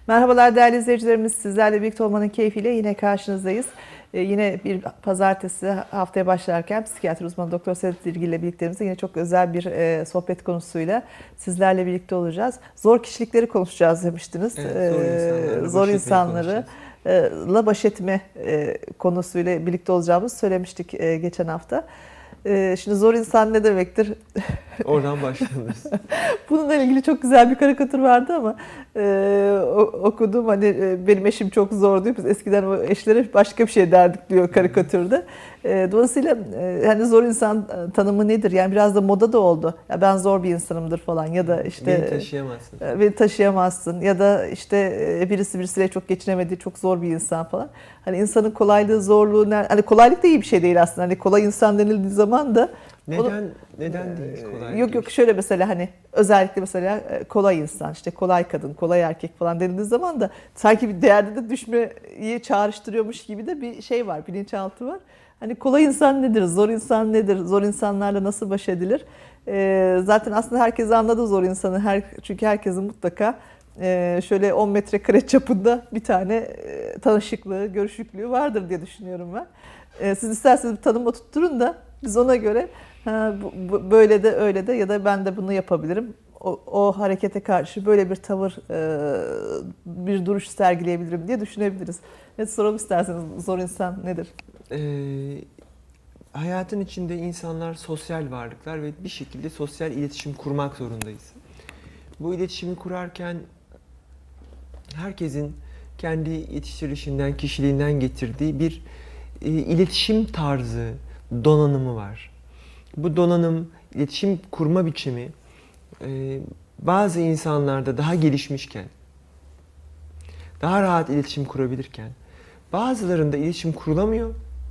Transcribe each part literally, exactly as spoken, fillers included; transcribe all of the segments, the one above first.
Merhabalar değerli izleyicilerimiz. Sizlerle birlikte olmanın keyfiyle yine karşınızdayız. Ee, yine bir pazartesi haftaya başlarken psikiyatri uzmanı Doktor Sedat Dirgil ile birlikteyimizde yine çok özel bir e, sohbet konusuyla sizlerle birlikte olacağız. Zor kişilikleri konuşacağız demiştiniz. Evet, zor insanları, Zor insanlarla baş etme e, konusuyla birlikte olacağımızı söylemiştik e, geçen hafta. E, şimdi zor insan ne demektir? Oradan başlıyoruz. Bununla ilgili çok güzel bir karikatür vardı ama e, okudum, hani e, benim eşim çok zor diyor. Biz eskiden o eşlere başka bir şey derdik diyor karikatürde. E, dolayısıyla e, hani zor insan tanımı nedir? Yani biraz da moda da oldu. Ya ben zor bir insanımdır falan ya da işte Beni taşıyamazsın. E, beni taşıyamazsın ya da işte e, birisi birisiyle çok geçinemediği çok zor bir insan falan. Hani insanın kolaylığı, zorluğu, hani kolaylık da iyi bir şey değil aslında. Hani kolay insan denildiği zaman da Neden onu, neden değil kolay? Yok yok, şöyle mesela hani özellikle mesela kolay insan, işte kolay kadın, kolay erkek falan denildiği zaman da sanki bir değerde de düşmeyi çağrıştırıyormuş gibi de bir şey var, bilinçaltı var. Hani kolay insan nedir, zor insan nedir, zor insanlarla nasıl baş edilir? Ee, zaten aslında herkes anladı zor insanı, her, çünkü herkesin mutlaka e, şöyle on metrekare çapında bir tane e, tanışıklığı, görüşüklüğü vardır diye düşünüyorum ben. E, siz isterseniz bir tanım oturtturun da biz ona göre ha, bu, bu, böyle de öyle de ya da ben de bunu yapabilirim. O, o harekete karşı böyle bir tavır, e, bir duruş sergileyebilirim diye düşünebiliriz. Evet, soralım isterseniz, zor insan nedir? Ee, hayatın içinde insanlar sosyal varlıklar ve bir şekilde sosyal iletişim kurmak zorundayız. Bu iletişimi kurarken herkesin kendi yetiştirilişinden, kişiliğinden getirdiği bir e, iletişim tarzı, donanımı var. Bu donanım, iletişim kurma biçimi e, bazı insanlarda daha gelişmişken, daha rahat iletişim kurabilirken, bazılarında iletişim kurulamıyor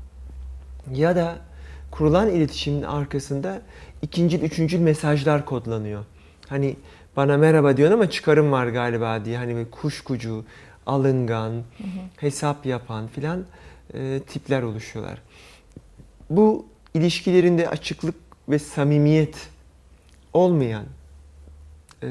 ya da kurulan iletişimin arkasında ikincil, üçüncül mesajlar kodlanıyor. Hani bana merhaba diyorsun ama çıkarım var galiba diye, hani böyle kuşkucu, alıngan, hı hı. hesap yapan filan e, tipler oluşuyorlar. Bu ilişkilerinde açıklık ve samimiyet olmayan, e,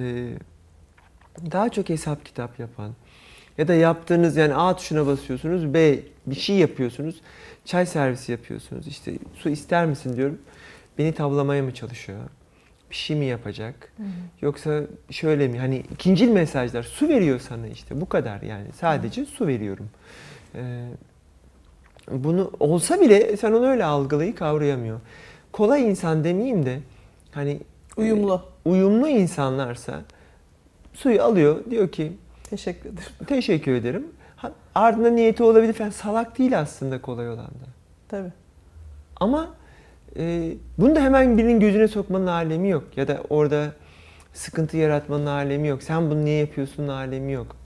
daha çok hesap kitap yapan ya da yaptığınız, yani A tuşuna basıyorsunuz, B bir şey yapıyorsunuz, çay servisi yapıyorsunuz, işte su ister misin diyorum, beni tavlamaya mı çalışıyor, bir şey mi yapacak, hı hı. yoksa şöyle mi, hani ikincil mesajlar, su veriyor sana, işte bu kadar, yani sadece hı. su veriyorum. Ee, bunu olsa bile sen onu öyle algılayıp kavrayamıyor. Kolay insan demeyeyim de hani uyumlu e, uyumlu insanlarsa suyu alıyor, diyor ki teşekkür ederim. Teşekkür ederim. Ardında niyeti olabilir falan. Salak değil aslında kolay olan da. Tabii. Ama e, bunu da hemen birinin gözüne sokmanın alemi yok. Ya da orada sıkıntı yaratmanın alemi yok. Sen bunu niye yapıyorsunun alemi yok.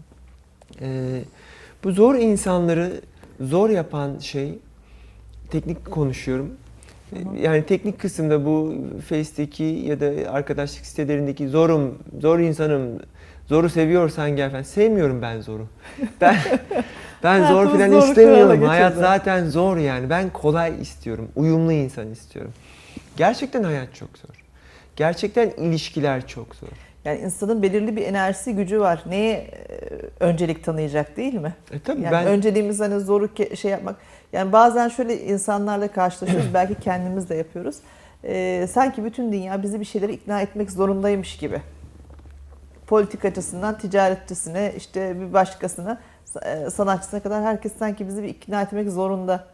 E, bu zor insanları zor yapan şey, teknik konuşuyorum. Hı hı. Yani teknik kısımda bu Face'teki ya da arkadaşlık sitelerindeki zorum, zor insanım, zoru seviyorsan gel falan. Sevmiyorum ben zoru. Ben ben zor falan istemiyorum. Hayat zaten zor yani. Ben kolay istiyorum. Uyumlu insan istiyorum. Gerçekten hayat çok zor. Gerçekten ilişkiler çok zor. Yani insanın belirli bir enerjisi, gücü var. Neye öncelik tanıyacak, değil mi? E tabii yani ben... önceliğimiz hani zoru şey yapmak. Yani bazen şöyle insanlarla karşılaşıyoruz, belki kendimiz de yapıyoruz. Ee, sanki bütün dünya bizi bir şeylere ikna etmek zorundaymış gibi. Politikacısından ticaretçisine, işte bir başkasına, sanatçısına kadar herkes sanki bizi bir ikna etmek zorunda.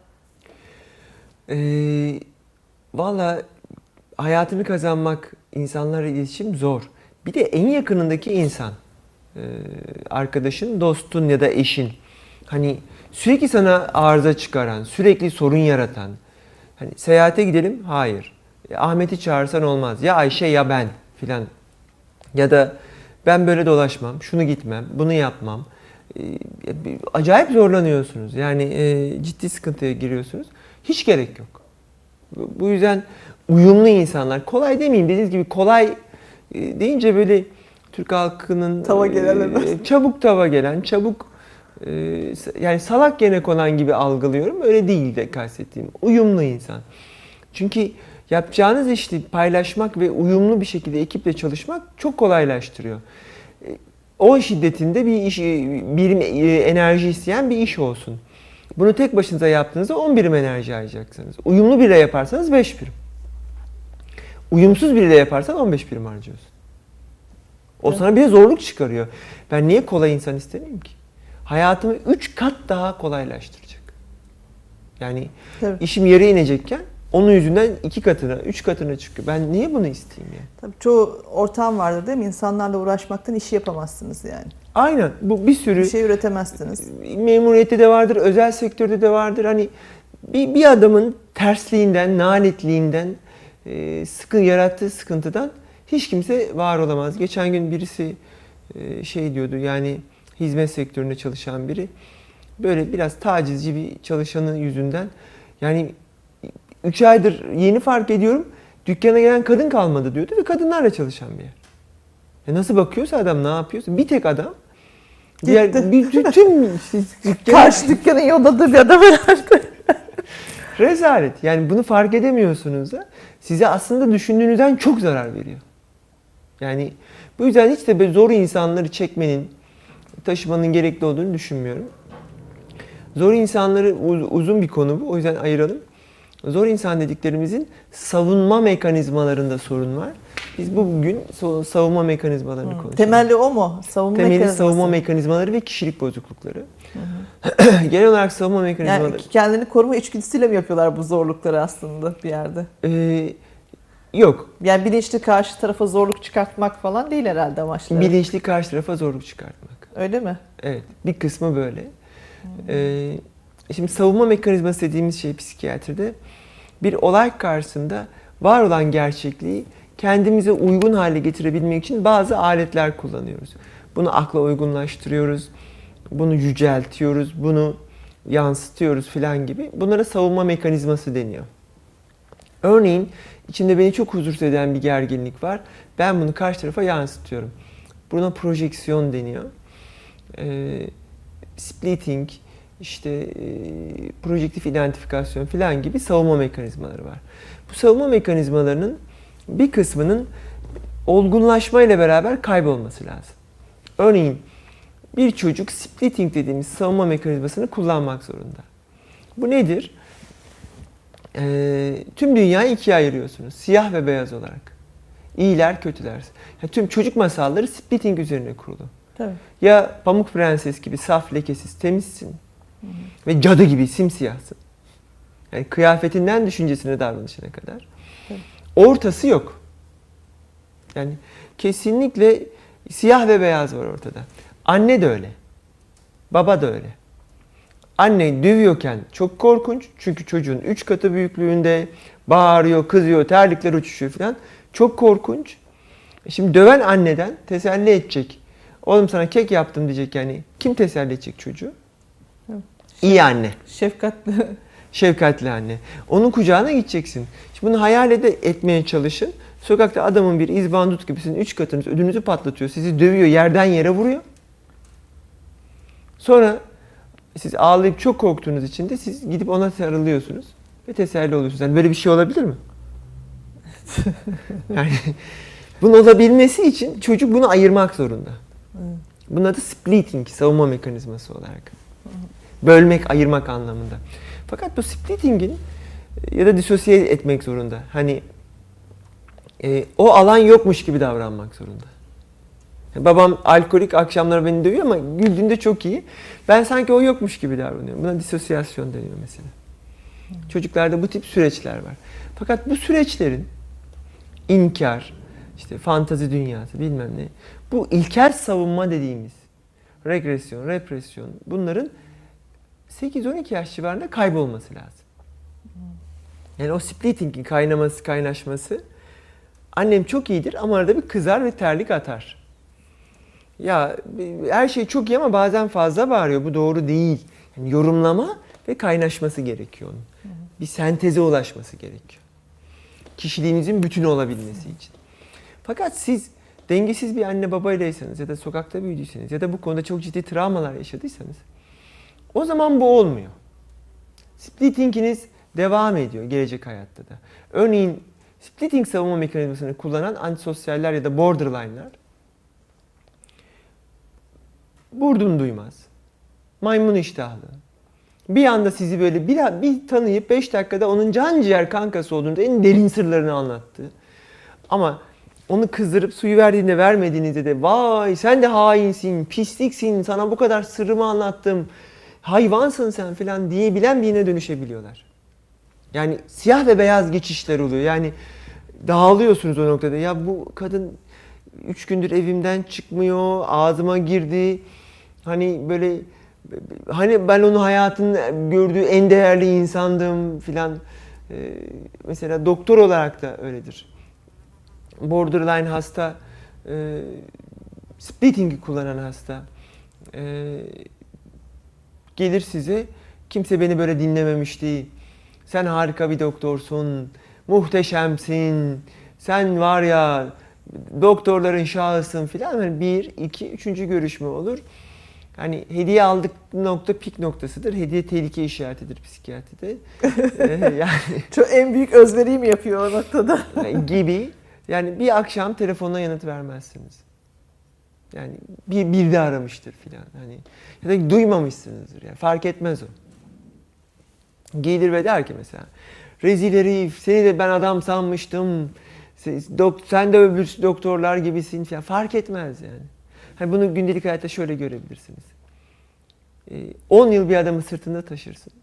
Ee, Valla hayatını kazanmak, insanlarla iletişim zor. Bir de en yakınındaki insan, ee, arkadaşın, dostun ya da eşin. Hani sürekli sana arıza çıkaran, sürekli sorun yaratan. Hani seyahate gidelim, hayır. E, Ahmet'i çağırsan olmaz. Ya Ayşe ya ben filan. Ya da ben böyle dolaşmam, şunu gitmem, bunu yapmam. E, acayip zorlanıyorsunuz. Yani e, ciddi sıkıntıya giriyorsunuz. Hiç gerek yok. Bu yüzden uyumlu insanlar, kolay demeyeyim, dediğiniz gibi kolay e, deyince böyle Türk halkının tava gelen, e, çabuk tava gelen, çabuk e, yani salak gene konan gibi algılıyorum. Öyle değil de kastettiğim. Uyumlu insan. Çünkü yapacağınız işi paylaşmak ve uyumlu bir şekilde ekiple çalışmak çok kolaylaştırıyor. E, o şiddetinde bir iş, birim enerji isteyen bir iş olsun. Bunu tek başınıza yaptığınızda on birim enerji harcayacaksınız. Uyumlu biriyle yaparsanız beş birim. Uyumsuz biriyle yaparsan on beş birim harcıyorsun. O Evet. sana bir zorluk çıkarıyor. Ben niye kolay insan istemeyeyim ki? Hayatımı üç kat daha kolaylaştıracak. Yani Tabii. işim yere inecekken onun yüzünden iki katına, üç katına çıkıyor. Ben niye bunu isteyeyim yani? Tabii çoğu ortam vardır değil mi? İnsanlarla uğraşmaktan işi yapamazsınız yani. Aynen. Bu bir sürü Bir şey üretemezsiniz. memuriyette de vardır, özel sektörde de vardır. Hani bir, bir adamın tersliğinden, naletliğinden, e, sıkı yarattığı sıkıntıdan hiç kimse var olamaz. Geçen gün birisi e, şey diyordu, yani hizmet sektöründe çalışan biri, böyle biraz tacizci bir çalışanın yüzünden, yani üç aydır yeni fark ediyorum, dükkana gelen kadın kalmadı diyordu ve kadınlarla çalışan bir yer. E nasıl bakıyorsa adam, ne yapıyorsa, bir tek adam, diğer bir tüm dükkan, Karşı dükkanın yolladığı bir adam herhalde. rezalet. Yani bunu fark edemiyorsunuz da size aslında düşündüğünüzden çok zarar veriyor. Yani bu yüzden hiç de böyle zor insanları çekmenin, taşımanın gerekli olduğunu düşünmüyorum. Zor insanları uzun bir konu bu. O yüzden ayıralım. Zor insan dediklerimizin savunma mekanizmalarında sorun var. Biz bugün savunma mekanizmalarını Hmm. konuşalım. Temelli o mu? Savunma Temeli mekanizması. savunma mekanizmaları ve kişilik bozuklukları. Hı hı. Genel olarak savunma mekanizmaları... Yani kendini koruma içgüdüsüyle mi yapıyorlar bu zorlukları aslında bir yerde? Ee, yok. Yani bilinçli karşı tarafa zorluk çıkartmak falan değil herhalde amaçları. Bilinçli karşı tarafa zorluk çıkartmak. Öyle mi? Evet. Bir kısmı böyle. Ee, şimdi savunma mekanizması dediğimiz şey psikiyatride bir olay karşısında var olan gerçekliği kendimize uygun hale getirebilmek için bazı aletler kullanıyoruz. Bunu akla uygunlaştırıyoruz, bunu yüceltiyoruz, bunu yansıtıyoruz filan gibi. Bunlara savunma mekanizması deniyor. Örneğin içimde beni çok huzursuz eden bir gerginlik var. Ben bunu karşı tarafa yansıtıyorum. Buna projeksiyon deniyor. Ee, splitting, işte e, projektif identifikasyon filan gibi savunma mekanizmaları var. Bu savunma mekanizmalarının bir kısmının olgunlaşmayla beraber kaybolması lazım. Örneğin bir çocuk splitting dediğimiz savunma mekanizmasını kullanmak zorunda. Bu nedir? Ee, tüm dünyayı ikiye ayırıyorsunuz. Siyah ve beyaz olarak. İyiler, kötüler. Yani tüm çocuk masalları splitting üzerine kurulu. Tabii. Ya Pamuk Prenses gibi saf, lekesiz, temizsin. Hı hı. Ve cadı gibi simsiyahsın. Yani kıyafetinden düşüncesine, davranışına kadar. Tabii. Ortası yok. Yani kesinlikle siyah ve beyaz var ortada. Anne de öyle. Baba da öyle. Anne dövüyorken çok korkunç. Çünkü çocuğun üç katı büyüklüğünde bağırıyor, kızıyor, terlikler uçuşuyor falan. Çok korkunç. Şimdi döven anneden teselli edecek. Oğlum sana kek yaptım diyecek yani. Kim teselli edecek çocuğu? Evet. İyi anne. Şefkatli. Şefkatli anne. Onun kucağına gideceksin. Şimdi bunu hayal ede etmeye çalışın. Sokakta adamın bir izbandut gibi sizin üç katınız ödünüzü patlatıyor. Sizi dövüyor, yerden yere vuruyor. Sonra siz ağlayıp çok korktuğunuz için de siz gidip ona sarılıyorsunuz ve teselli oluyorsunuz. Yani böyle bir şey olabilir mi? Yani bunun olabilmesi için çocuk bunu ayırmak zorunda. Bunun adı splitting, savunma mekanizması olarak. Bölmek, ayırmak anlamında. Fakat bu splitting'in ya da disosiye etmek zorunda. Hani e, o alan yokmuş gibi davranmak zorunda. Babam alkolik, akşamları beni dövüyor ama güldüğünde çok iyi. Ben sanki o yokmuş gibi davranıyorum. Buna disosiyasyon deniyor mesela. Hmm. Çocuklarda bu tip süreçler var. Fakat bu süreçlerin inkar, işte fantazi dünyası bilmem ne, bu ilkel savunma dediğimiz regresyon, represyon, bunların sekiz on iki yaş civarında kaybolması lazım. Yani o splitting'in kaynaması, kaynaşması, annem çok iyidir ama arada bir kızar ve terlik atar. Ya her şey çok iyi ama bazen fazla bağırıyor. Bu doğru değil. Yani yorumlama ve kaynaşması gerekiyor onun. Bir senteze ulaşması gerekiyor. Kişiliğimizin bütün olabilmesi için. Fakat siz dengesiz bir anne babaylaysanız ya da sokakta büyüdüyseniz ya da bu konuda çok ciddi travmalar yaşadıysanız o zaman bu olmuyor. Splitting'iniz devam ediyor gelecek hayatta da. Örneğin splitting savunma mekanizmasını kullanan antisosyaller ya da borderline'lar vurdum duymaz. Maymun iştahlı. Bir anda sizi böyle bir, bir tanıyıp beş dakikada onun can ciğer kankası olduğunda en derin sırlarını anlattı. Ama onu kızdırıp suyu verdiğinde vermediğinizde de vay sen de hainsin, pisliksin, sana bu kadar sırrımı anlattım, hayvansın sen falan diyebilen birine dönüşebiliyorlar. Yani siyah ve beyaz geçişler oluyor. Yani dağılıyorsunuz o noktada. Ya bu kadın üç gündür evimden çıkmıyor, ağzıma girdi. Hani böyle hani ben onun hayatın gördüğü en değerli insandım filan. Ee, mesela doktor olarak da öyledir. Borderline hasta, e, splitting'i kullanan hasta e, gelir size, kimse beni böyle dinlememişti. Sen harika bir doktorsun, muhteşemsin, sen var ya doktorların şahısın filan. Yani bir, iki, üçüncü görüşme olur. Hani hediye aldık nokta pik noktasıdır. Hediye tehlike işaretidir psikiyatride. ee, yani Çok en büyük özveriyi mi yapıyor o noktada? gibi. Yani bir akşam telefonuna yanıt vermezsiniz. Yani bir, bir de aramıştır filan. Hani ya da duymamışsınızdır. Yani fark etmez o. Gelir ve der ki mesela rezil herif, seni de ben adam sanmıştım. Sen de öbür doktorlar gibisin falan. Fark etmez yani. Hani bunu gündelik hayatta şöyle görebilirsiniz. on yıl bir adamı sırtında taşırsın.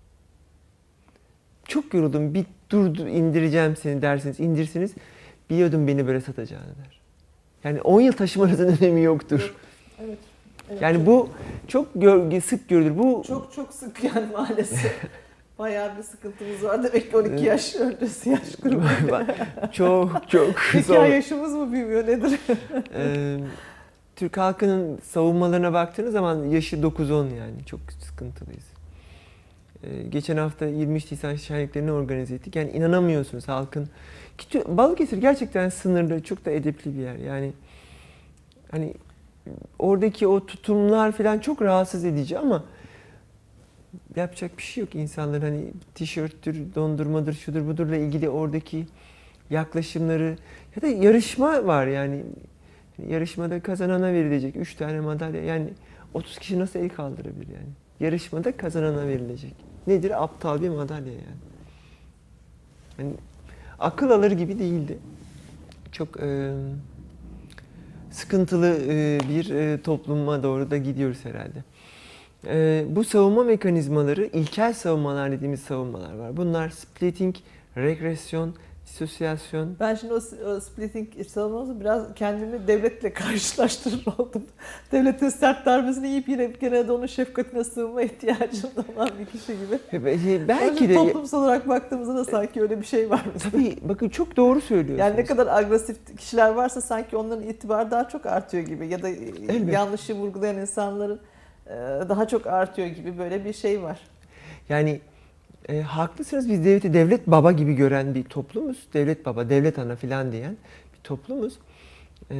Çok yoruldum, bir dur indireceğim seni dersiniz, indirsiniz. Biliyordum beni böyle satacağını der. Yani on yıl taşımanızın önemi yoktur. Evet. Evet, yani çok, bu çok gör, sık görülür. Bu çok çok sık yani maalesef. Bayağı bir sıkıntımız var. Demek ki on iki yaş öncesi yaş grubu. çok çok Hikaye yaşımız mı büyümüyor nedir? ee, Türk halkının savunmalarına baktığınız zaman yaşı dokuz on yani. Çok sıkıntılıyız. Ee, geçen hafta yirmi üç Nisan şenliklerini organize ettik. Yani inanamıyorsunuz halkın. Balıkesir gerçekten sınırlı, çok da edepli bir yer. Yani hani oradaki o tutumlar falan çok rahatsız edici ama yapacak bir şey yok. İnsanlar hani tişörttür, dondurmadır, şudur budurla ilgili oradaki yaklaşımları ya da yarışma var yani. Yarışmada kazanana verilecek üç tane madalya. Yani otuz kişi nasıl el kaldırabilir yani? Yarışmada kazanana verilecek. Nedir? Aptal bir madalya yani. Yani akıl alır gibi değildi. Çok e, sıkıntılı e, bir e, topluma doğru da gidiyoruz herhalde. E, bu savunma mekanizmaları, ilkel savunmalar dediğimiz savunmalar var. Bunlar splitting, regresyon, disosyasyon. Ben şimdi o, o splitting savunması biraz kendimi devletle karşılaştırır oldum. Devletin sert darbesini yiyip yine gene de onun şefkatine sığınma ihtiyacım olan bir kişi gibi. Belki de toplumsal olarak baktığımızda da sanki öyle bir şey var. Tabii bakın çok doğru söylüyorsunuz. Yani ne kadar agresif kişiler varsa sanki onların itibarı daha çok artıyor gibi ya da Elbette. yanlışı vurgulayan insanların daha çok artıyor gibi böyle bir şey var. Yani E, haklısınız, biz devleti devlet baba gibi gören bir toplumuz. Devlet baba, devlet ana filan diyen bir toplumuz. E,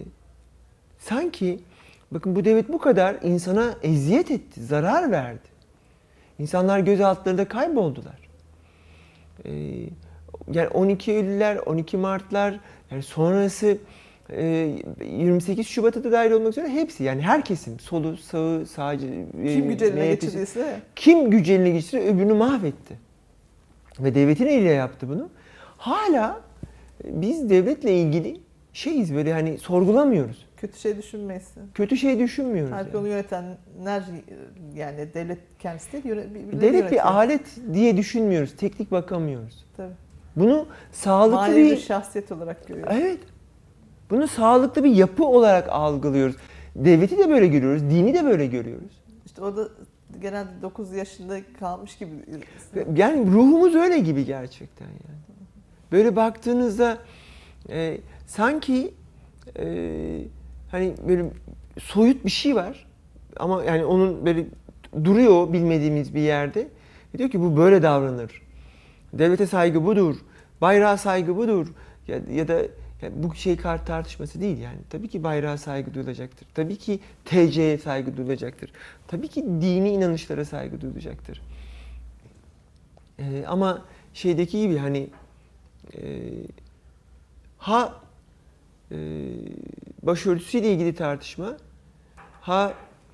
sanki bakın bu devlet bu kadar insana eziyet etti, zarar verdi. İnsanlar gözaltlarında kayboldular. E, yani on iki Eylül'ler, on iki Mart'lar, yani sonrası e, yirmi sekiz Şubat'a da dahil olmak üzere hepsi, yani her kesim, solu, sağı, sağcı, kim gücü eline M H P'si, geçirdiyse, kim gücü eline geçirirse öbürünü mahvetti. Ve devletin eliyle yaptı bunu. Hala biz devletle ilgili şeyiz, böyle hani sorgulamıyoruz. kötü şey düşünmesin. Kötü şey düşünmüyoruz. Halbuki yani. onu yönetenler, yani devlet kendisi değil, birileri Devlet yönetiyor. bir alet diye düşünmüyoruz. Teknik bakamıyoruz. Tabii. Bunu sağlıklı Manevi bir şahsiyet olarak görüyoruz. Evet. Bunu sağlıklı bir yapı olarak algılıyoruz. Devleti de böyle görüyoruz, dini de böyle görüyoruz. İşte o da genelde dokuz yaşında kalmış gibi. Yani ruhumuz öyle gibi gerçekten yani. Böyle baktığınızda e, sanki e, hani böyle soyut bir şey var ama yani onun böyle duruyor bilmediğimiz bir yerde. Ve diyor ki bu böyle davranır. Devlete saygı budur. Bayrağa saygı budur. Ya, ya da ya bu şey kart tartışması değil yani. Tabii ki bayrağa saygı duyulacaktır. Tabii ki T C'ye saygı duyulacaktır. Tabii ki dini inanışlara saygı duyulacaktır. Ee, ama şeydeki gibi hani e, ha e, başörtüsüyle ilgili tartışma, ha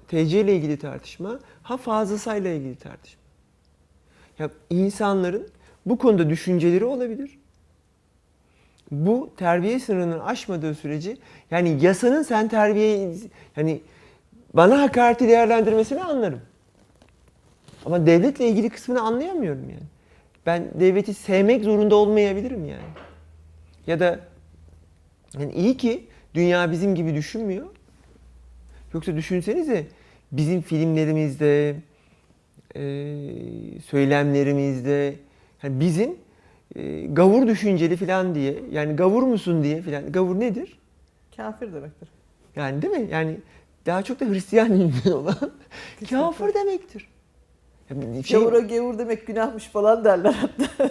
T C ile ilgili tartışma, ha fazlasıyla ilgili tartışma. Ya insanların bu konuda düşünceleri olabilir. Bu terbiye sınırını aşmadığı sürece, yani yasanın sen terbiye, yani bana hakareti değerlendirmesini anlarım. Ama devletle ilgili kısmını anlayamıyorum yani. Ben devleti sevmek zorunda olmayabilirim yani. Ya da yani iyi ki dünya bizim gibi düşünmüyor. Yoksa düşünsenize bizim filmlerimizde, e, söylemlerimizde, yani bizim e, gavur düşünceli falan diye, yani gavur musun diye falan. Gavur nedir? Kafir demektir. Yani değil mi? Yani daha çok da Hristiyan ilmi olan kafir demektir. Yani şey, Gavura gevur demek günahmış falan derler hatta.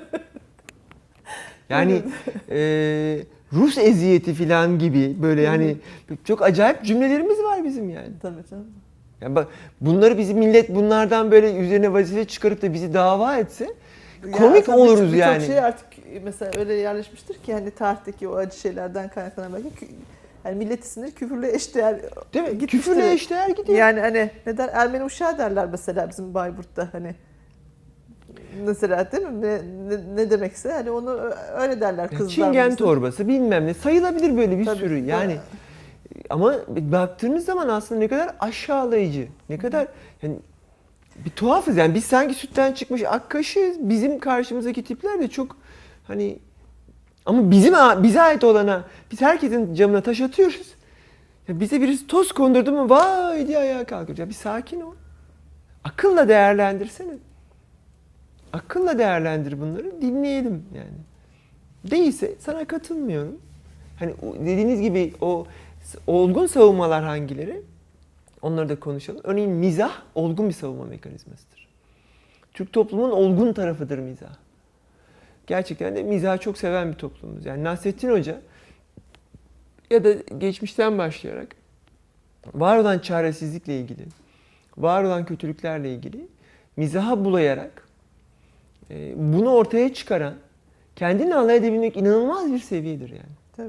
yani e, Rus eziyeti falan gibi böyle yani çok acayip cümlelerimiz var bizim yani. Tabii canım. Yani bak, bunları bizim millet bunlardan böyle üzerine vazife çıkarıp da bizi dava etse komik aslında oluruz birçok- yani. Birçok şey artık mesela öyle yerleşmiştir ki hani tarihteki o acı şeylerden kaynaklanan belki kü- yani millet isimleri küfürle eşdeğer Değil mi? gitmiştir. Küfürle eşdeğer gidiyor. Yani hani neden Ermeni uşağı derler mesela bizim Bayburt'ta hani mesela değil mi? Ne, ne, ne demekse hani onu öyle derler Ya kızlar. Çingen mesela. torbası bilmem ne sayılabilir böyle bir Tabii. sürü yani. Ama baktığımız zaman aslında ne kadar aşağılayıcı, ne kadar yani bir tuhafız yani, biz sanki sütten çıkmış ak kaşığız. Bizim karşımızdaki tipler de çok hani, ama bizim bize ait olana biz herkesin camına taş atıyoruz. Ya bize birisi toz kondurdu mu vay diye ayağa kalkıyor. Ya bir sakin ol. Akılla değerlendirsene. Akılla değerlendir bunları, dinleyelim yani. Değilse sana katılmıyorum. Hani dediğiniz gibi o olgun savunmalar hangileri? Onları da konuşalım. Örneğin mizah olgun bir savunma mekanizmasıdır. Türk toplumunun olgun tarafıdır mizah. Gerçekten de mizahı çok seven bir toplumuz. Yani Nasrettin Hoca ya da geçmişten başlayarak var olan çaresizlikle ilgili, var olan kötülüklerle ilgili mizaha bulayarak bunu ortaya çıkaran, kendini alay edebilmek inanılmaz bir seviyedir yani. Tabii.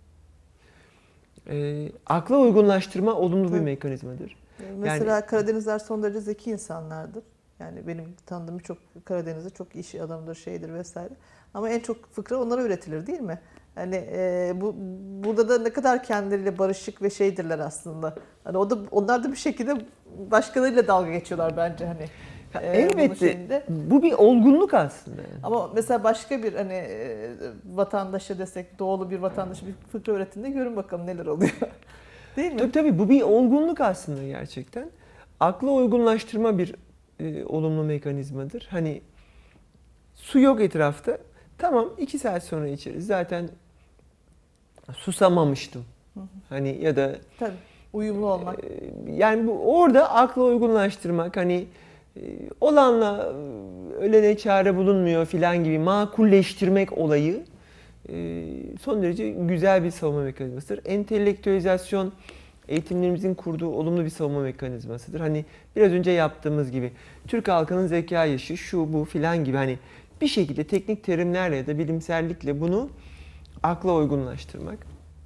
E, akla uygunlaştırma olumlu Tabii. bir mekanizmadır. Mesela Yani, Karadenizler son derece zeki insanlardır. Yani benim tanıdığım çok Karadeniz'de çok iş adamıdır, şeydir vesaire. Ama en çok fıkra onlara üretilir değil mi? Hani e, bu burada da ne kadar kendileriyle barışık ve şeydirler aslında. Hani o da onlar da bir şekilde başkalarıyla dalga geçiyorlar bence hani. ya e, elbette bu bir olgunluk aslında. Ama mesela başka bir hani e, vatandaşa desek, doğulu bir vatandaşa bir fıkra öğretiminde görün bakalım neler oluyor. Değil mi? Tabii tabii bu bir olgunluk aslında gerçekten. Akla uygunlaştırma bir e, olumlu mekanizmadır. Hani su yok etrafta. Tamam iki saat sonra içeriz. Zaten susamamıştım. Hı hı. Hani ya da Tabii. Uyumlu olmak. e, yani bu orada akla uygunlaştırmak, hani e, olanla e, ölene çare bulunmuyor filan gibi makulleştirmek olayı e, son derece güzel bir savunma mekanizmasıdır. Entelektüelizasyon eğitimlerimizin kurduğu olumlu bir savunma mekanizmasıdır. Hani biraz önce yaptığımız gibi Türk halkının zeka yaşı şu bu filan gibi hani bir şekilde teknik terimlerle ya da bilimsellikle bunu akla uygunlaştırmak.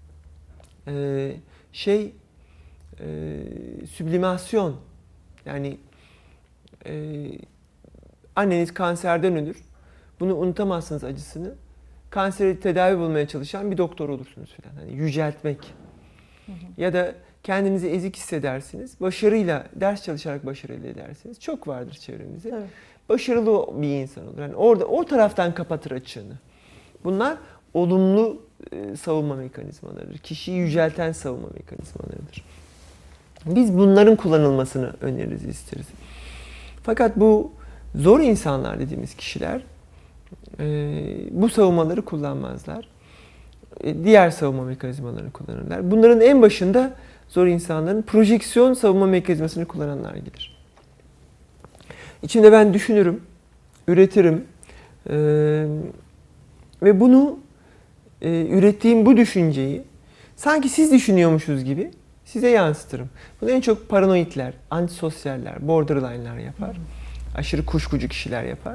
Ee, şey e, süblimasyon, yani e, anneniz kanserden ölür. Bunu unutamazsınız acısını. Kanseri tedavi bulmaya çalışan bir doktor olursunuz filan. Hani yüceltmek. Hı hı. Ya da kendinizi ezik hissedersiniz. Başarıyla, ders çalışarak başarı elde edersiniz. Çok vardır çevremizde. Evet. Başarılı bir insan olur. Yani orada o taraftan kapatır açığını. Bunlar olumlu e, savunma mekanizmalarıdır. Kişiyi yücelten savunma mekanizmalarıdır. Biz bunların kullanılmasını öneririz, isteriz. Fakat bu zor insanlar dediğimiz kişiler e, bu savunmaları kullanmazlar. E, diğer savunma mekanizmalarını kullanırlar. Bunların en başında zor insanların projeksiyon savunma mekanizmasını kullananlar gelir. İçinde ben düşünürüm, üretirim e, ve bunu e, ürettiğim bu düşünceyi sanki siz düşünüyormuşuz gibi size yansıtırım. Bunu en çok paranoidler, antisosyaller, borderline'lar yapar. Aşırı kuşkucu kişiler yapar.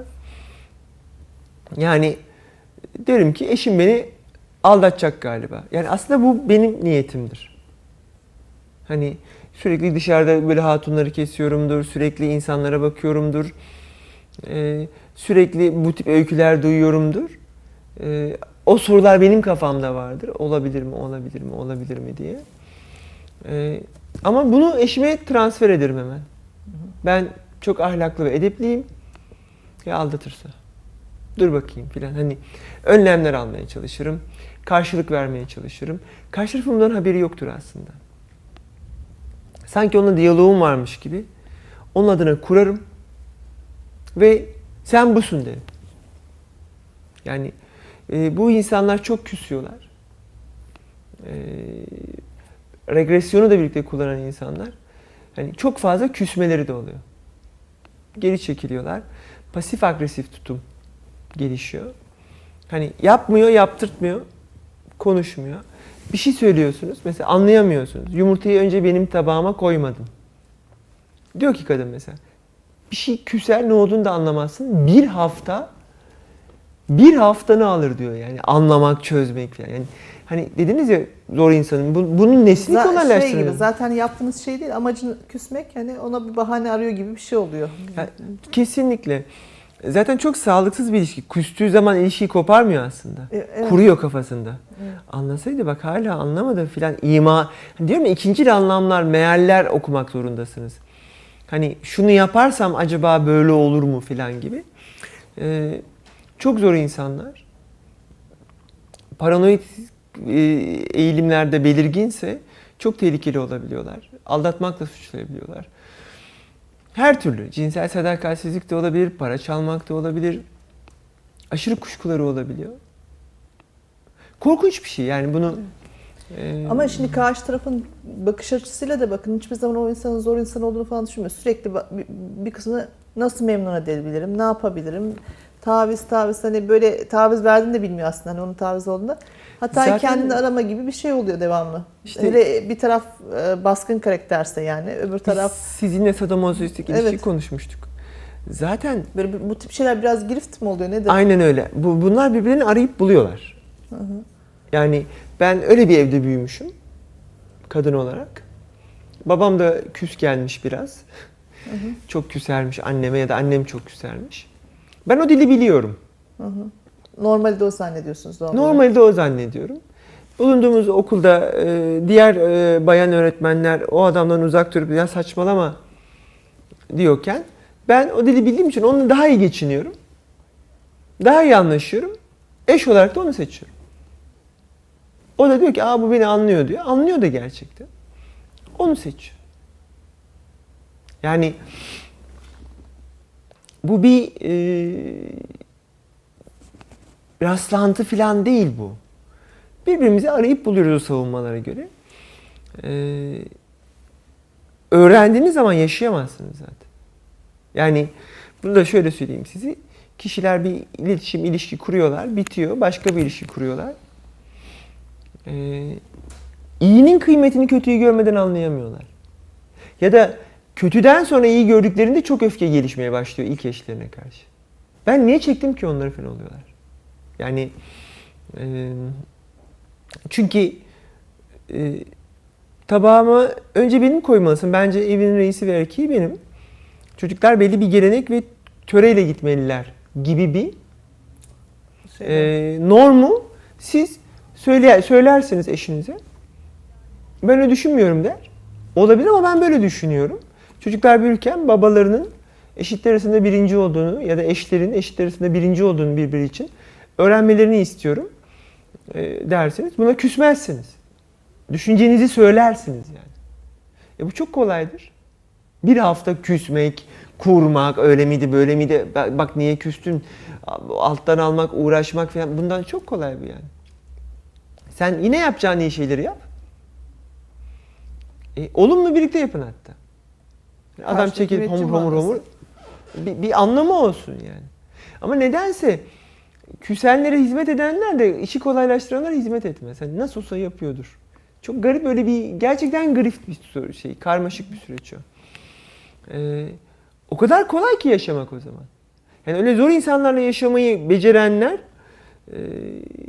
Yani derim ki eşim beni aldatacak galiba. Yani aslında bu benim niyetimdir. Hani Sürekli dışarıda böyle hatunları kesiyorumdur, sürekli insanlara bakıyorumdur. Ee, sürekli bu tip öyküler duyuyorumdur. Ee, o sorular benim kafamda vardır. Olabilir mi, olabilir mi, olabilir mi diye. Ee, ama bunu eşime transfer ederim hemen. Ben çok ahlaklı ve edepliyim. Ya aldatırsa? Dur bakayım filan. Hani önlemler almaya çalışırım. Karşılık vermeye çalışırım. Karşı tarafın bundan haberi yoktur aslında. Sanki onunla diyaloğum varmış gibi onun adına kurarım ve sen busun derim. Yani e, bu insanlar çok küsüyorlar. E, regresyonu da birlikte kullanan insanlar. Yani çok fazla küsmeleri de oluyor. Geri çekiliyorlar. Pasif agresif tutum gelişiyor. Hani yapmıyor, yaptırtmıyor, konuşmuyor. Bir şey söylüyorsunuz, mesela anlayamıyorsunuz. Yumurtayı önce benim tabağıma koymadım. Diyor ki kadın mesela. Bir şey küser, ne olduğunu da anlamazsın. Bir hafta, bir haftanı alır diyor yani. Anlamak, çözmek falan. Yani hani dediniz ya zor insanın. Bu, bunun nesini Za- kolaylaştırıyor? Şey gibi, zaten yaptığınız şey değil, amacını küsmek, hani ona bir bahane arıyor gibi bir şey oluyor. Yani, kesinlikle. Zaten çok sağlıksız bir ilişki. Küstüğü zaman ilişkiyi koparmıyor aslında. E, evet. Kuruyor kafasında. Evet. Anlasaydı bak hala anlamadı filan. İma. Hani diyorum ya, ikincil anlamlar, mealler okumak zorundasınız. Hani şunu yaparsam acaba böyle olur mu filan gibi. Ee, çok zor insanlar. Paranoid e, eğilimlerde belirginse çok tehlikeli olabiliyorlar. Aldatmakla suçlayabiliyorlar. Her türlü cinsel sadakatsizlik de olabilir, para çalmak da olabilir. Aşırı kuşkuları olabiliyor. Korkunç bir şey yani bunu... E, Ama şimdi karşı tarafın bakış açısıyla da bakın, hiçbir zaman o insanın zor insan olduğunu falan düşünmüyor. Sürekli bir kısmını nasıl memnun edebilirim, ne yapabilirim, taviz taviz, hani böyle taviz verdiğini de bilmiyor aslında, hani onun taviz olduğunda. Hatta Zaten, kendini arama gibi bir şey oluyor devamlı. İşte, Hele bir taraf baskın karakterse, yani öbür taraf... Sizinle sadomazoistik ilişki Evet. konuşmuştuk. Zaten... Böyle bu tip şeyler biraz girift mi oluyor, nedir? Aynen öyle. Bu, bunlar birbirlerini arayıp buluyorlar. Hı hı. Yani ben öyle bir evde büyümüşüm. Kadın olarak. Babam da küs gelmiş biraz. Hı hı. Çok küsermiş anneme ya da annem çok küsermiş. Ben o dili biliyorum. Hı hı. Normalde o zannediyorsunuz doğal olarak. Normalde o zannediyorum. Bulunduğumuz okulda diğer bayan öğretmenler o adamdan uzak durup ya saçmalama diyorken ben o dili bildiğim için onunla daha iyi geçiniyorum. Daha iyi anlaşıyorum. Eş olarak da onu seçiyorum. O da diyor ki aa bu beni anlıyor diyor. Anlıyor da gerçekten. Onu seçiyor. Yani bu bir e, rastlantı falan değil bu. Birbirimizi arayıp buluyoruz o savunmalara göre. Ee, öğrendiğiniz zaman yaşayamazsınız zaten. Yani bunu da şöyle söyleyeyim size. Kişiler bir iletişim, ilişki kuruyorlar, bitiyor. Başka bir ilişki kuruyorlar. Ee, iyinin kıymetini kötüyü görmeden anlayamıyorlar. Ya da kötüden sonra iyi gördüklerinde çok öfke gelişmeye başlıyor ilk eşlerine karşı. Ben niye çektim ki onları falan oluyorlar. Yani e, çünkü e, tabağıma önce benim koymalısın. Bence evin reisi ve erkeği benim. Çocuklar belli bir gelenek ve töreyle gitmeliler gibi bir e, normu siz söyle, söylersiniz eşinize. Ben öyle düşünmüyorum der. Olabilir ama ben böyle düşünüyorum. Çocuklar büyürken babalarının eşitler arasında birinci olduğunu ya da eşlerin eşitler arasında birinci olduğunu birbiri için öğrenmelerini istiyorum e, derseniz buna küsmezsiniz. Düşüncenizi söylersiniz yani. E bu çok kolaydır. Bir hafta küsmek, kurmak, öyle miydi böyle miydi, bak niye küstün, alttan almak, uğraşmak falan, bundan çok kolay bu yani. Sen yine yapacağın iyi şeyleri yap. E, olumlu birlikte yapın hatta. Adam Karşıdaki çekilip homur üretim homur homur. anlasın. Bir, bir anlamı olsun yani. Ama nedense küsenlere hizmet edenler de işi kolaylaştıranlar hizmet etmez. Hani nasıl olsa yapıyordur. Çok garip, öyle bir gerçekten garip bir şey. Karmaşık bir süreç o. Ee, o kadar kolay ki yaşamak o zaman. Yani öyle zor insanlarla yaşamayı becerenler e,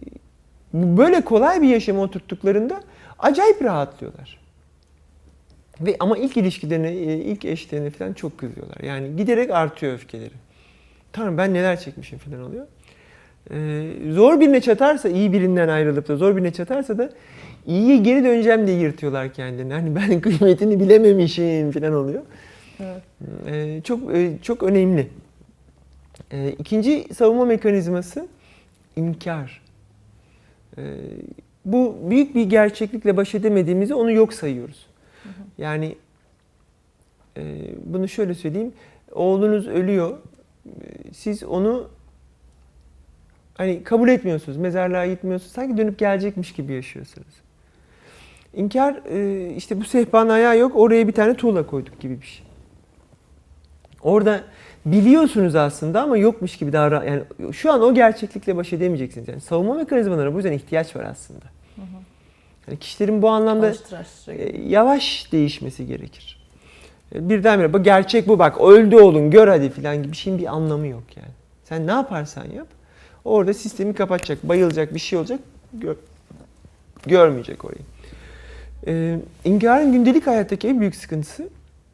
böyle kolay bir yaşama oturttuklarında acayip rahatlıyorlar. Ve ama ilk ilişkilerine, ilk eşlerine falan çok kızıyorlar. Yani giderek artıyor öfkeleri. Tanrım ben neler çekmişim falan oluyor. Ee, zor birine çatarsa, iyi birinden ayrılıp da zor birine çatarsa da iyiye geri döneceğim diye yırtıyorlar kendilerini. Hani ben kıymetini bilememişim falan oluyor. Evet. Ee, çok çok önemli. Ee, ikinci savunma mekanizması inkar. Ee, bu büyük bir gerçeklikle baş edemediğimizi onu yok sayıyoruz. Hı hı. Yani e, bunu şöyle söyleyeyim. Oğlunuz ölüyor. Siz onu hani kabul etmiyorsunuz. Mezarlığa gitmiyorsunuz. Sanki dönüp gelecekmiş gibi yaşıyorsunuz. İnkar e, işte bu sehpanın ayağı yok. Oraya bir tane tuğla koyduk gibi bir şey. Orada biliyorsunuz aslında ama yokmuş gibi davran. Yani şu an o gerçeklikle baş edemeyeceksiniz. Yani savunma mekanizmalarına bu yüzden ihtiyaç var aslında. Hı hı. Yani kişilerin bu anlamda e, yavaş değişmesi gerekir. E, birdenbire bu gerçek bu bak öldü oğlun gör hadi filan gibi bir şeyin bir anlamı yok yani. Sen ne yaparsan yap orada sistemi kapatacak, bayılacak bir şey olacak gör, görmeyecek orayı. E, inkarın gündelik hayattaki en büyük sıkıntısı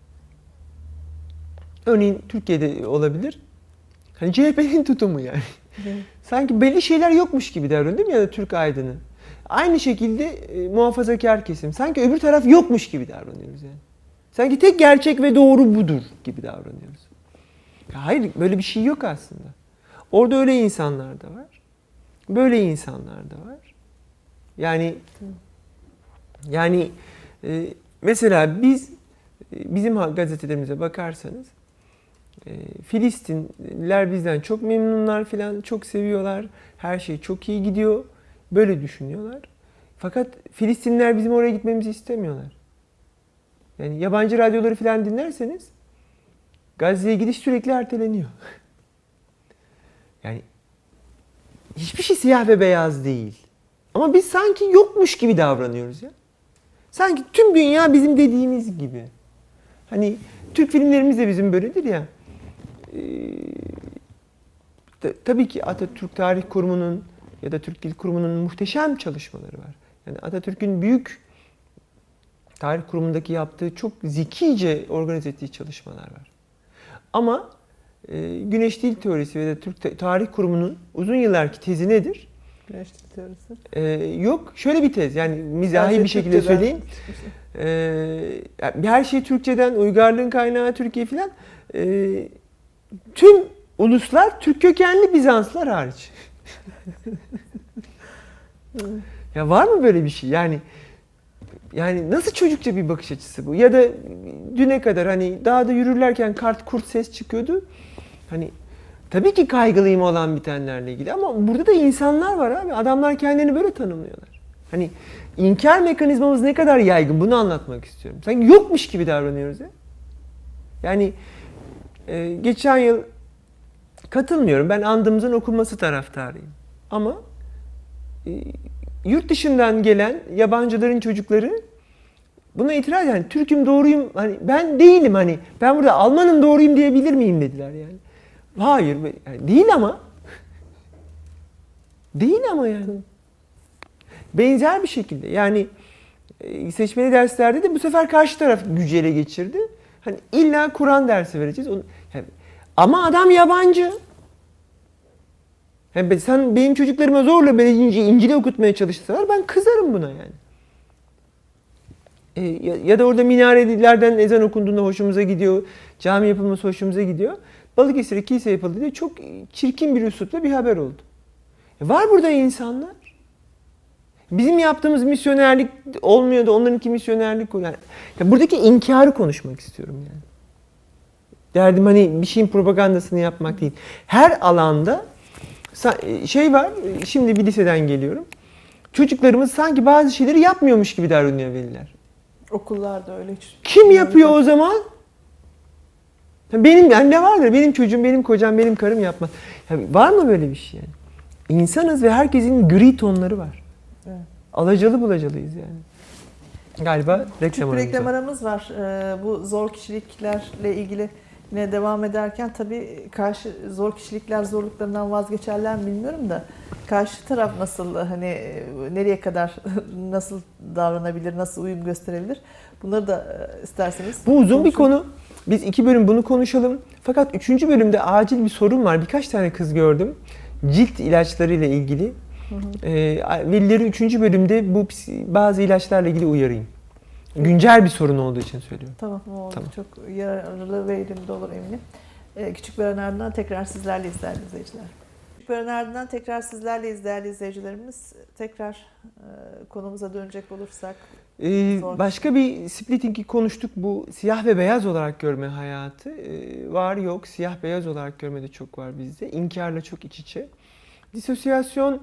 örneğin Türkiye'de olabilir. Hani C H P'nin tutumu yani. Evet. Sanki belli şeyler yokmuş gibi davranıyor değil mi ya da Türk aydını. Aynı şekilde e, muhafazakar kesim. Sanki öbür taraf yokmuş gibi davranıyoruz yani. Sanki tek gerçek ve doğru budur gibi davranıyoruz. Ya hayır böyle bir şey yok aslında. Orada öyle insanlar da var. Böyle insanlar da var. Yani yani e, mesela biz e, bizim gazetelerimize bakarsanız e, Filistinliler bizden çok memnunlar filan, çok seviyorlar. Her şey çok iyi gidiyor. Böyle düşünüyorlar. Fakat Filistinliler bizim oraya gitmemizi istemiyorlar. Yani yabancı radyoları filan dinlerseniz Gazze'ye gidiş sürekli erteleniyor. Yani hiçbir şey siyah ve beyaz değil. Ama biz sanki yokmuş gibi davranıyoruz ya. Sanki tüm dünya bizim dediğimiz gibi. Hani Türk filmlerimiz de bizim böyledir ya. Ee, tabii ki Atatürk Tarih Kurumu'nun ya da Türk Dil Kurumu'nun muhteşem çalışmaları var. Yani Atatürk'ün büyük Tarih Kurumu'ndaki yaptığı çok zekice organize ettiği çalışmalar var. Ama e, Güneş Dil Teorisi ve de Türk Tarih Kurumu'nun uzun yıllarki tezi nedir? Güneş Dil Teorisi. Ee, yok, şöyle bir tez. Yani mizahi bir şekilde söyleyeyim. Ee, her şey Türkçeden, uygarlığın kaynağı Türkiye filan. Ee, tüm uluslar Türk kökenli Bizanslar hariç. Ya var mı böyle bir şey? Yani yani nasıl çocukça bir bakış açısı bu? Ya da düne kadar hani dağda yürürlerken kart kurt ses çıkıyordu. Hani tabii ki kaygılıyım olan bitenlerle ilgili ama burada da insanlar var abi. Adamlar kendilerini böyle tanımlıyorlar. Hani inkar mekanizmamız ne kadar yaygın bunu anlatmak istiyorum. Sanki yokmuş gibi davranıyoruz ya. Yani e, geçen yıl katılmıyorum. Ben andımızın okunması taraftarıyım. Ama e, yurt dışından gelen yabancıların çocukları buna itiraz yani Türk'üm doğruyum hani ben değilim hani ben burada Alman'ım doğruyum diyebilir miyim dediler yani. Hayır yani değil ama değil ama yani benzer bir şekilde yani seçmeli derslerde de bu sefer karşı taraf gücü ele geçirdi. Hani illa Kur'an dersi vereceğiz. Onu, yani, ama adam yabancı. Yani sen benim çocuklarıma zorla beni İncil'i okutmaya çalışsalar ben kızarım buna yani. E, ya, ya da orada minarelerden ezan okunduğunda hoşumuza gidiyor. Cami yapılması hoşumuza gidiyor. Balıkesir'e kilise yapıldı diye çok çirkin bir üslupla bir haber oldu. E, var burada insanlar. Bizim yaptığımız misyonerlik olmuyor da onlarınki misyonerlik oluyor. Yani buradaki inkarı konuşmak istiyorum yani. Derdim hani bir şeyin propagandasını yapmak değil. Her alanda şey var, şimdi bir liseden geliyorum. Çocuklarımız sanki bazı şeyleri yapmıyormuş gibi davranıyor veliler. Okullarda öyle hiç. Kim yapıyor o zaman? Benim, yani ne vardır? Benim çocuğum, benim kocam, benim karım yapmaz. Yani var mı böyle bir şey yani? İnsanız ve herkesin gri tonları var. Evet. Alacalı bulacalıyız yani. Galiba reklam aramız reklam aramız var. Ee, bu zor kişiliklerle ilgili Yine devam ederken tabii karşı zor kişilikler zorluklarından vazgeçerler mi bilmiyorum da karşı taraf nasıl, hani nereye kadar nasıl davranabilir, nasıl uyum gösterebilir? Bunları da isterseniz Bu uzun bir konuşalım. konu. Biz iki bölüm bunu konuşalım. Fakat üçüncü bölümde acil bir sorun var. Birkaç tane kız gördüm. Cilt ilaçlarıyla ilgili. Hı hı. E, velileri üçüncü bölümde bu ps- bazı ilaçlarla ilgili uyarayım. Güncel bir sorun olduğu için söylüyorum. Tamam, o oldu. Tamam. Çok yararlı ve verimli olur eminim. Ee, küçük bir aranın ardından tekrar sizlerleyiz değerli izleyiciler. Küçük bir aranın ardından tekrar sizlerleyiz değerli izleyicilerimiz. Tekrar e, konumuza dönecek olursak. Ee, Zor. başka bir splitting'i konuştuk. Bu siyah ve beyaz olarak görme hayatı. Ee, var yok. Siyah beyaz olarak görme de çok var bizde. İnkarla çok iç içe. Disosyasyon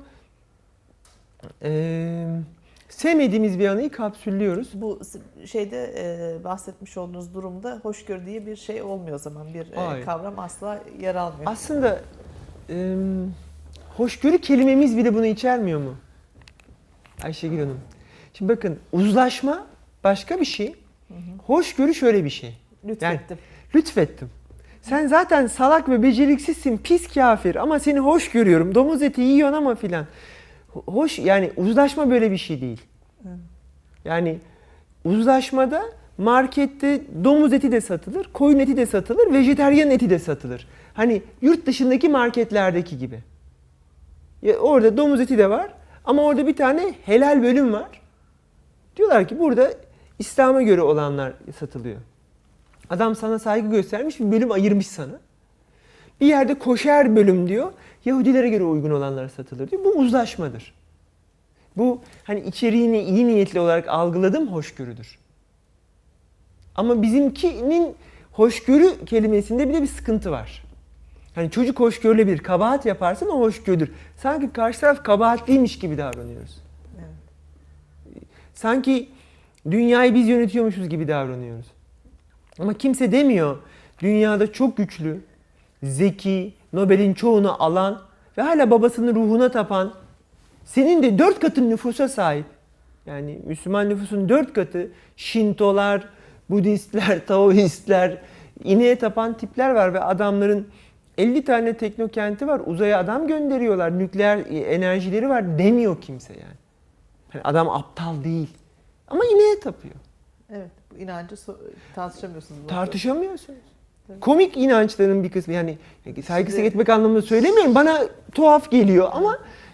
e, sevmediğimiz bir anıyı kapsüllüyoruz. Bu şeyde e, bahsetmiş olduğunuz durumda hoşgörü diye bir şey olmuyor o zaman. Bir e, Hayır. kavram asla yer almıyor. Aslında e, hoşgörü kelimemiz bile bunu içermiyor mu? Ayşegül Hanım. Şimdi bakın, uzlaşma başka bir şey. Hı hı. Hoşgörü şöyle bir şey. Lütfettim. Lütfettim. Sen zaten salak ve beceriksizsin, pis kafir ama seni hoş görüyorum. Domuz eti yiyorsun ama filan. Hoş, yani uzlaşma böyle bir şey değil. Evet. Yani uzlaşmada markette domuz eti de satılır, koyun eti de satılır, vejetaryen eti de satılır. Hani yurt dışındaki marketlerdeki gibi. Ya orada domuz eti de var ama orada bir tane helal bölüm var. Diyorlar ki burada İslam'a göre olanlar satılıyor. Adam sana saygı göstermiş, bir bölüm ayırmış sana. Bir yerde koşer bölüm diyor, Yahudilere göre uygun olanlar satılır diyor. Bu uzlaşmadır. Bu hani içeriğini iyi niyetli olarak algıladığım hoşgörüdür. Ama bizimkinin hoşgörü kelimesinde bir de bir sıkıntı var. Hani çocuk hoşgörülü bir kabahat yaparsan o hoşgörüdür. Sanki karşı taraf kabahatliymiş gibi davranıyoruz. Evet. Sanki dünyayı biz yönetiyormuşuz gibi davranıyoruz. Ama kimse demiyor, dünyada çok güçlü, zeki, Nobel'in çoğunu alan ve hala babasının ruhuna tapan, senin de dört katın nüfusa sahip, yani Müslüman nüfusun dört katı Şintolar, Budistler, Taoistler, ineğe tapan tipler var ve adamların elli tane teknokenti var, uzaya adam gönderiyorlar, nükleer enerjileri var demiyor kimse yani. Yani adam aptal değil ama ineğe tapıyor. Evet, bu inancı so- tartışamıyorsunuz. Tartışamıyorsunuz. Tabii. Komik inançların bir kısmı, yani saygısızlık Şimdi- etmek anlamında söylemiyorum. Bana tuhaf geliyor ama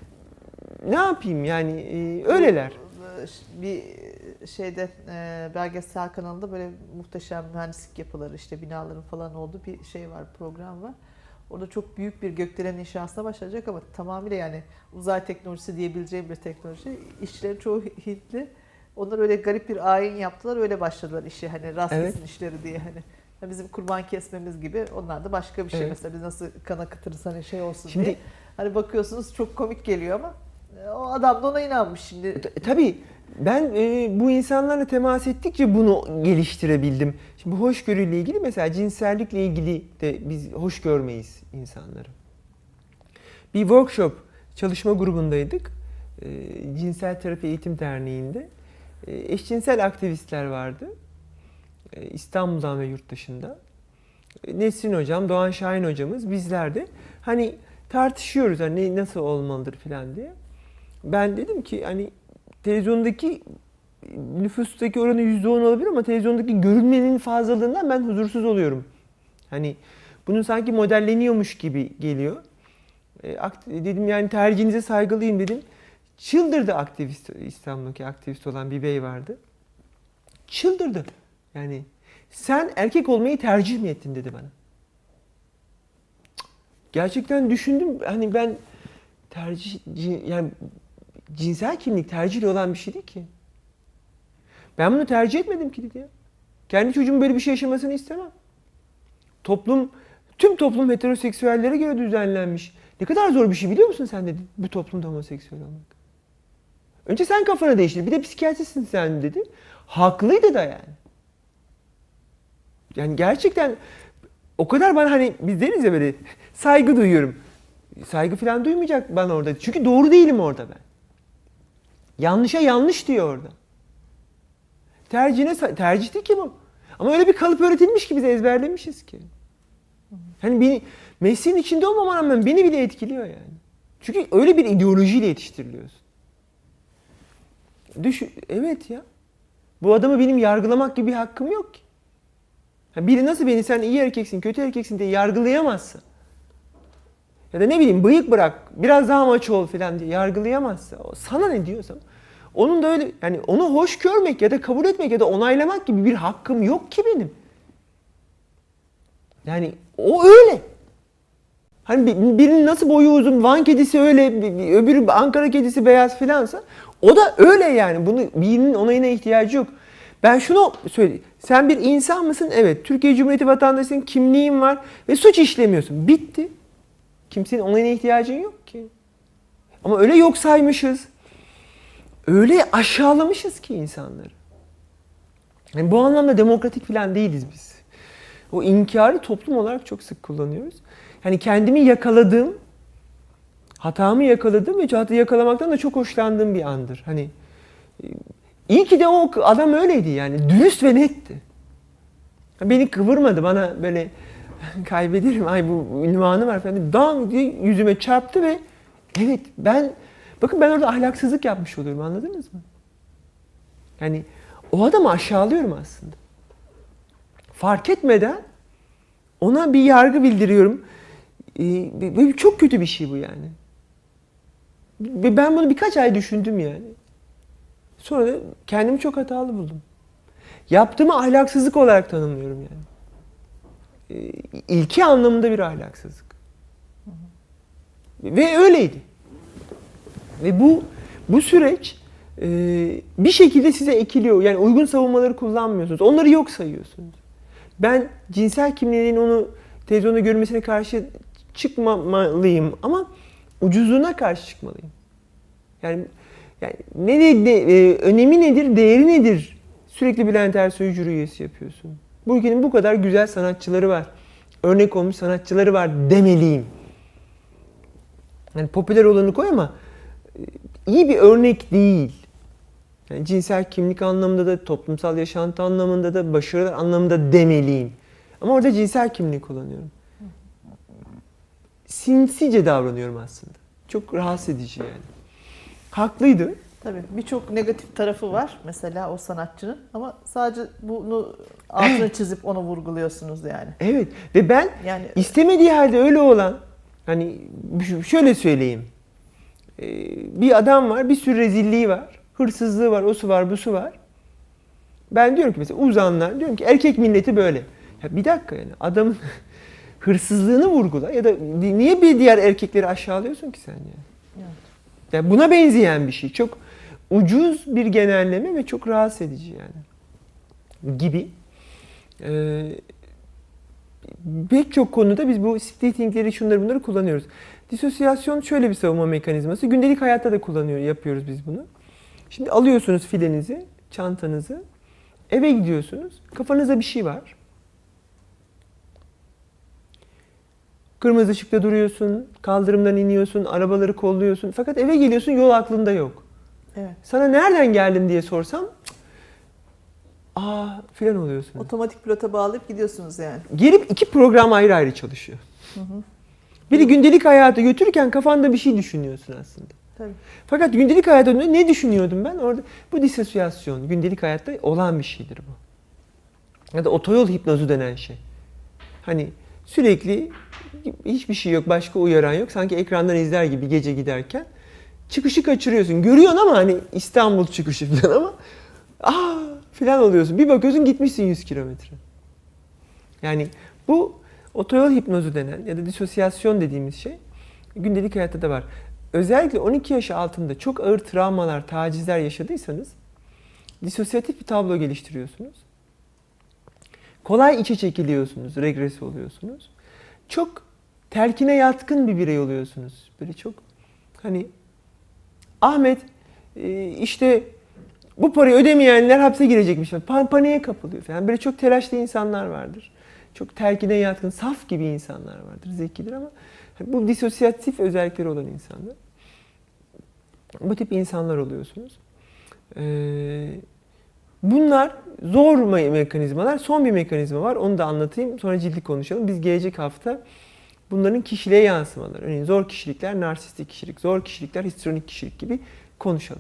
ne yapayım yani, e, öyleler. Bir şeyde e, belgesel kanalında böyle muhteşem mühendislik yapıları, işte binaların falan olduğu bir şey var, program var. Orada çok büyük bir gökdelen inşasına başlayacak ama tamamıyla yani uzay teknolojisi diyebileceğim bir teknoloji. İşçilerin çoğu Hintli. Onlar öyle garip bir ayin yaptılar, öyle başladılar işi, hani rast Evet. gitsin işleri diye hani. Yani bizim kurban kesmemiz gibi, onlar da başka bir şey. Evet. Mesela biz nasıl kan akıtırız hani şey olsun Şimdi- diye. Hani bakıyorsunuz çok komik geliyor ama e, o adam da ona inanmış şimdi. T- Tabii ben e, bu insanlarla temas ettikçe bunu geliştirebildim. Şimdi bu hoşgörüyle ilgili, mesela cinsellikle ilgili de biz hoş görmeyiz insanları. Bir workshop çalışma grubundaydık. E, Cinsel Terapi Eğitim Derneği'nde. E, eşcinsel aktivistler vardı. E, İstanbul'dan ve yurt dışında. E, Nesrin hocam, Doğan Şahin hocamız, bizler de hani tartışıyoruz hani nasıl olmalıdır falan diye. Ben dedim ki hani televizyondaki nüfustaki oranı yüzde on olabilir ama televizyondaki görünmenin fazlalığından ben huzursuz oluyorum. Hani bunun sanki modelleniyormuş gibi geliyor. E, akt- dedim yani tercihinize saygılıyım dedim. Çıldırdı aktivist, İstanbul'daki aktivist olan bir bey vardı. Çıldırdı. Yani sen erkek olmayı tercih mi ettin dedi bana. Gerçekten düşündüm, hani ben tercih, yani cinsel kimlik tercihli olan bir şey değil ki. Ben bunu tercih etmedim ki dedi ya. Kendi çocuğumun böyle bir şey yaşamasını istemem. Toplum, tüm toplum heteroseksüellere göre düzenlenmiş. Ne kadar zor bir şey biliyor musun sen dedi, bu toplumda homoseksüel olmak. Önce sen kafanı değiştir, bir de psikiyatristsin sen dedi. Haklıydı da yani. Yani gerçekten o kadar bana, hani biz deriz ya böyle, saygı duyuyorum. Saygı falan duymayacak bana orada. Çünkü doğru değilim orada ben. Yanlışa yanlış diyor orada. Tercihine, tercih değil ki bu. Ama öyle bir kalıp öğretilmiş ki biz ezberlemişiz ki. Hani beni, mesleğin içinde olmama rağmen beni bile etkiliyor yani. Çünkü öyle bir ideolojiyle yetiştiriliyorsun. Düşün, evet ya. Bu adamı benim yargılamak gibi bir hakkım yok ki. Biri nasıl beni sen iyi erkeksin, kötü erkeksin diye yargılayamazsa. Ya da ne bileyim bıyık bırak, biraz daha maço ol falan diye yargılayamazsa. Sana ne diyorsam. Onun da öyle, yani onu hoş görmek ya da kabul etmek ya da onaylamak gibi bir hakkım yok ki benim. Yani o öyle. Hani birinin nasıl boyu uzun, Van kedisi öyle, öbürü Ankara kedisi beyaz filansa o da öyle yani. Bunu birinin onayına ihtiyacı yok. Ben şunu söyleyeyim. Sen bir insan mısın? Evet. Türkiye Cumhuriyeti vatandaşısın, kimliğin var ve suç işlemiyorsun. Bitti. Kimsenin onayına ihtiyacın yok ki. Ama öyle yok saymışız. Öyle aşağılamışız ki insanları. Yani bu anlamda demokratik falan değiliz biz. O inkarı toplum olarak çok sık kullanıyoruz. Yani kendimi yakaladığım, hatamı yakaladığım ve hatamı yakalamaktan da çok hoşlandığım bir andır. Hani iyi ki de o adam öyleydi yani. Dürüst ve netti. Beni kıvırmadı. Bana böyle kaybederim. Ay bu ünvanı var falan. Dam diye yüzüme çarptı ve evet ben bakın ben orada ahlaksızlık yapmış oluyorum. Anladınız mı? Yani o adamı aşağılıyorum aslında. Fark etmeden ona bir yargı bildiriyorum. Ee, çok kötü bir şey bu yani. Ve ben bunu birkaç ay düşündüm yani. Sonra da kendimi çok hatalı buldum. Yaptığımı ahlaksızlık olarak tanımlıyorum yani. Ee, ilki anlamında bir ahlaksızlık. Hı hı. Ve öyleydi. Ve bu bu süreç e, bir şekilde size ekiliyor. Yani uygun savunmaları kullanmıyorsunuz. Onları yok sayıyorsunuz. Ben cinsel kimliğinin onu televizyonda görmesine karşı çıkmamalıyım ama ucuzluğuna karşı çıkmalıyım. Yani yani ne, ne, ne e, önemi nedir, değeri nedir? Sürekli Bülent Ersoy jüri üyesi yapıyorsun. Bu ülkenin bu kadar güzel sanatçıları var. Örnek olmuş sanatçıları var demeliyim. Yani popüler olanı koy ama iyi bir örnek değil. Yani cinsel kimlik anlamında da, toplumsal yaşantı anlamında da, başarılar anlamında demeliyim. Ama orada cinsel kimlik kullanıyorum. Sinsice davranıyorum aslında. Çok rahatsız edici yani. Haklıydı. Tabii birçok negatif tarafı var mesela o sanatçının ama sadece bunu altını çizip onu vurguluyorsunuz yani. Evet ve ben yani istemediği halde öyle olan, hani şöyle söyleyeyim. Bir adam var, bir sürü rezilliği var. Hırsızlığı var, osu var, busu var. Ben diyorum ki mesela uzanlar, diyorum ki erkek milleti böyle. Ya bir dakika yani adamın hırsızlığını vurgula ya da niye bir diğer erkekleri aşağılıyorsun ki sen yani? Evet. Yani buna benzeyen bir şey. Çok ucuz bir genelleme ve çok rahatsız edici yani. Gibi. Ee, pek çok konuda biz bu splittingleri, şunları bunları kullanıyoruz. Disosyasyon şöyle bir savunma mekanizması. Gündelik hayatta da kullanıyor, yapıyoruz biz bunu. Şimdi alıyorsunuz filenizi, çantanızı, eve gidiyorsunuz. Kafanızda bir şey var. Kırmızı ışıkta duruyorsun, kaldırımdan iniyorsun, arabaları kolluyorsun. Fakat eve geliyorsun, yol aklında yok. Evet. Sana nereden geldim diye sorsam, aa filan oluyorsun. Otomatik pilota bağlayıp gidiyorsunuz yani. Gelip iki program ayrı ayrı çalışıyor. Hı hı. Biri gündelik hayatı götürürken kafanda bir şey düşünüyorsun aslında. Tabii. Fakat gündelik hayatta ne düşünüyordum ben? Orada bu disosyasyon, gündelik hayatta olan bir şeydir bu. Ya da otoyol hipnozu denen şey. Hani sürekli hiçbir şey yok, başka uyaran yok. Sanki ekrandan izler gibi gece giderken çıkışı kaçırıyorsun. Görüyorsun ama hani İstanbul çıkışı falan ama aa falan oluyorsun. Bir bakıyorsun gitmişsin yüz kilometre. Yani bu otoyol hipnozu denen ya da disosyasyon dediğimiz şey gündelik hayatta da var. Özellikle on iki yaş altında çok ağır travmalar, tacizler yaşadıysanız disosyatif bir tablo geliştiriyorsunuz. Kolay içe çekiliyorsunuz, regres oluyorsunuz. Çok telkine yatkın bir birey oluyorsunuz. Böyle çok hani Ahmet işte bu parayı ödemeyenler hapse girecekmiş. Pan paniğe kapılıyor falan. Böyle çok telaşlı insanlar vardır. Çok telkine yatkın, saf gibi insanlar vardır. Zekidir ama bu disosyatif özellikleri olan insanlar. Bu tip insanlar oluyorsunuz. Ee, Bunlar zor me- mekanizmalar. Son bir mekanizma var. Onu da anlatayım. Sonra ciddi konuşalım. Biz gelecek hafta bunların kişiliğe yansımaları. Örneğin zor kişilikler narsistik kişilik, zor kişilikler histrionik kişilik gibi konuşalım.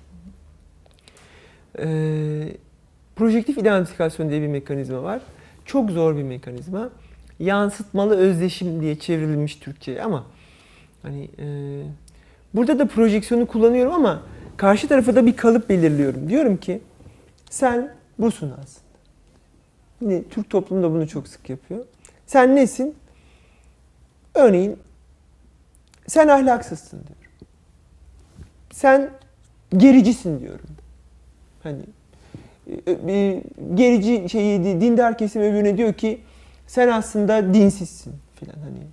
Ee, projektif identifikasyon diye bir mekanizma var. Çok zor bir mekanizma. Yansıtmalı özdeşim diye çevrilmiş Türkçe'ye ama hani e, burada da projeksiyonu kullanıyorum ama karşı tarafa da bir kalıp belirliyorum. Diyorum ki sen busun aslında. Yine Türk toplumu da bunu çok sık yapıyor. Sen nesin? Örneğin sen ahlaksızsın diyorum. Sen gericisin diyorum. Hani bir gerici şeyi dindar kesim öbürüne diyor ki sen aslında dinsizsin filan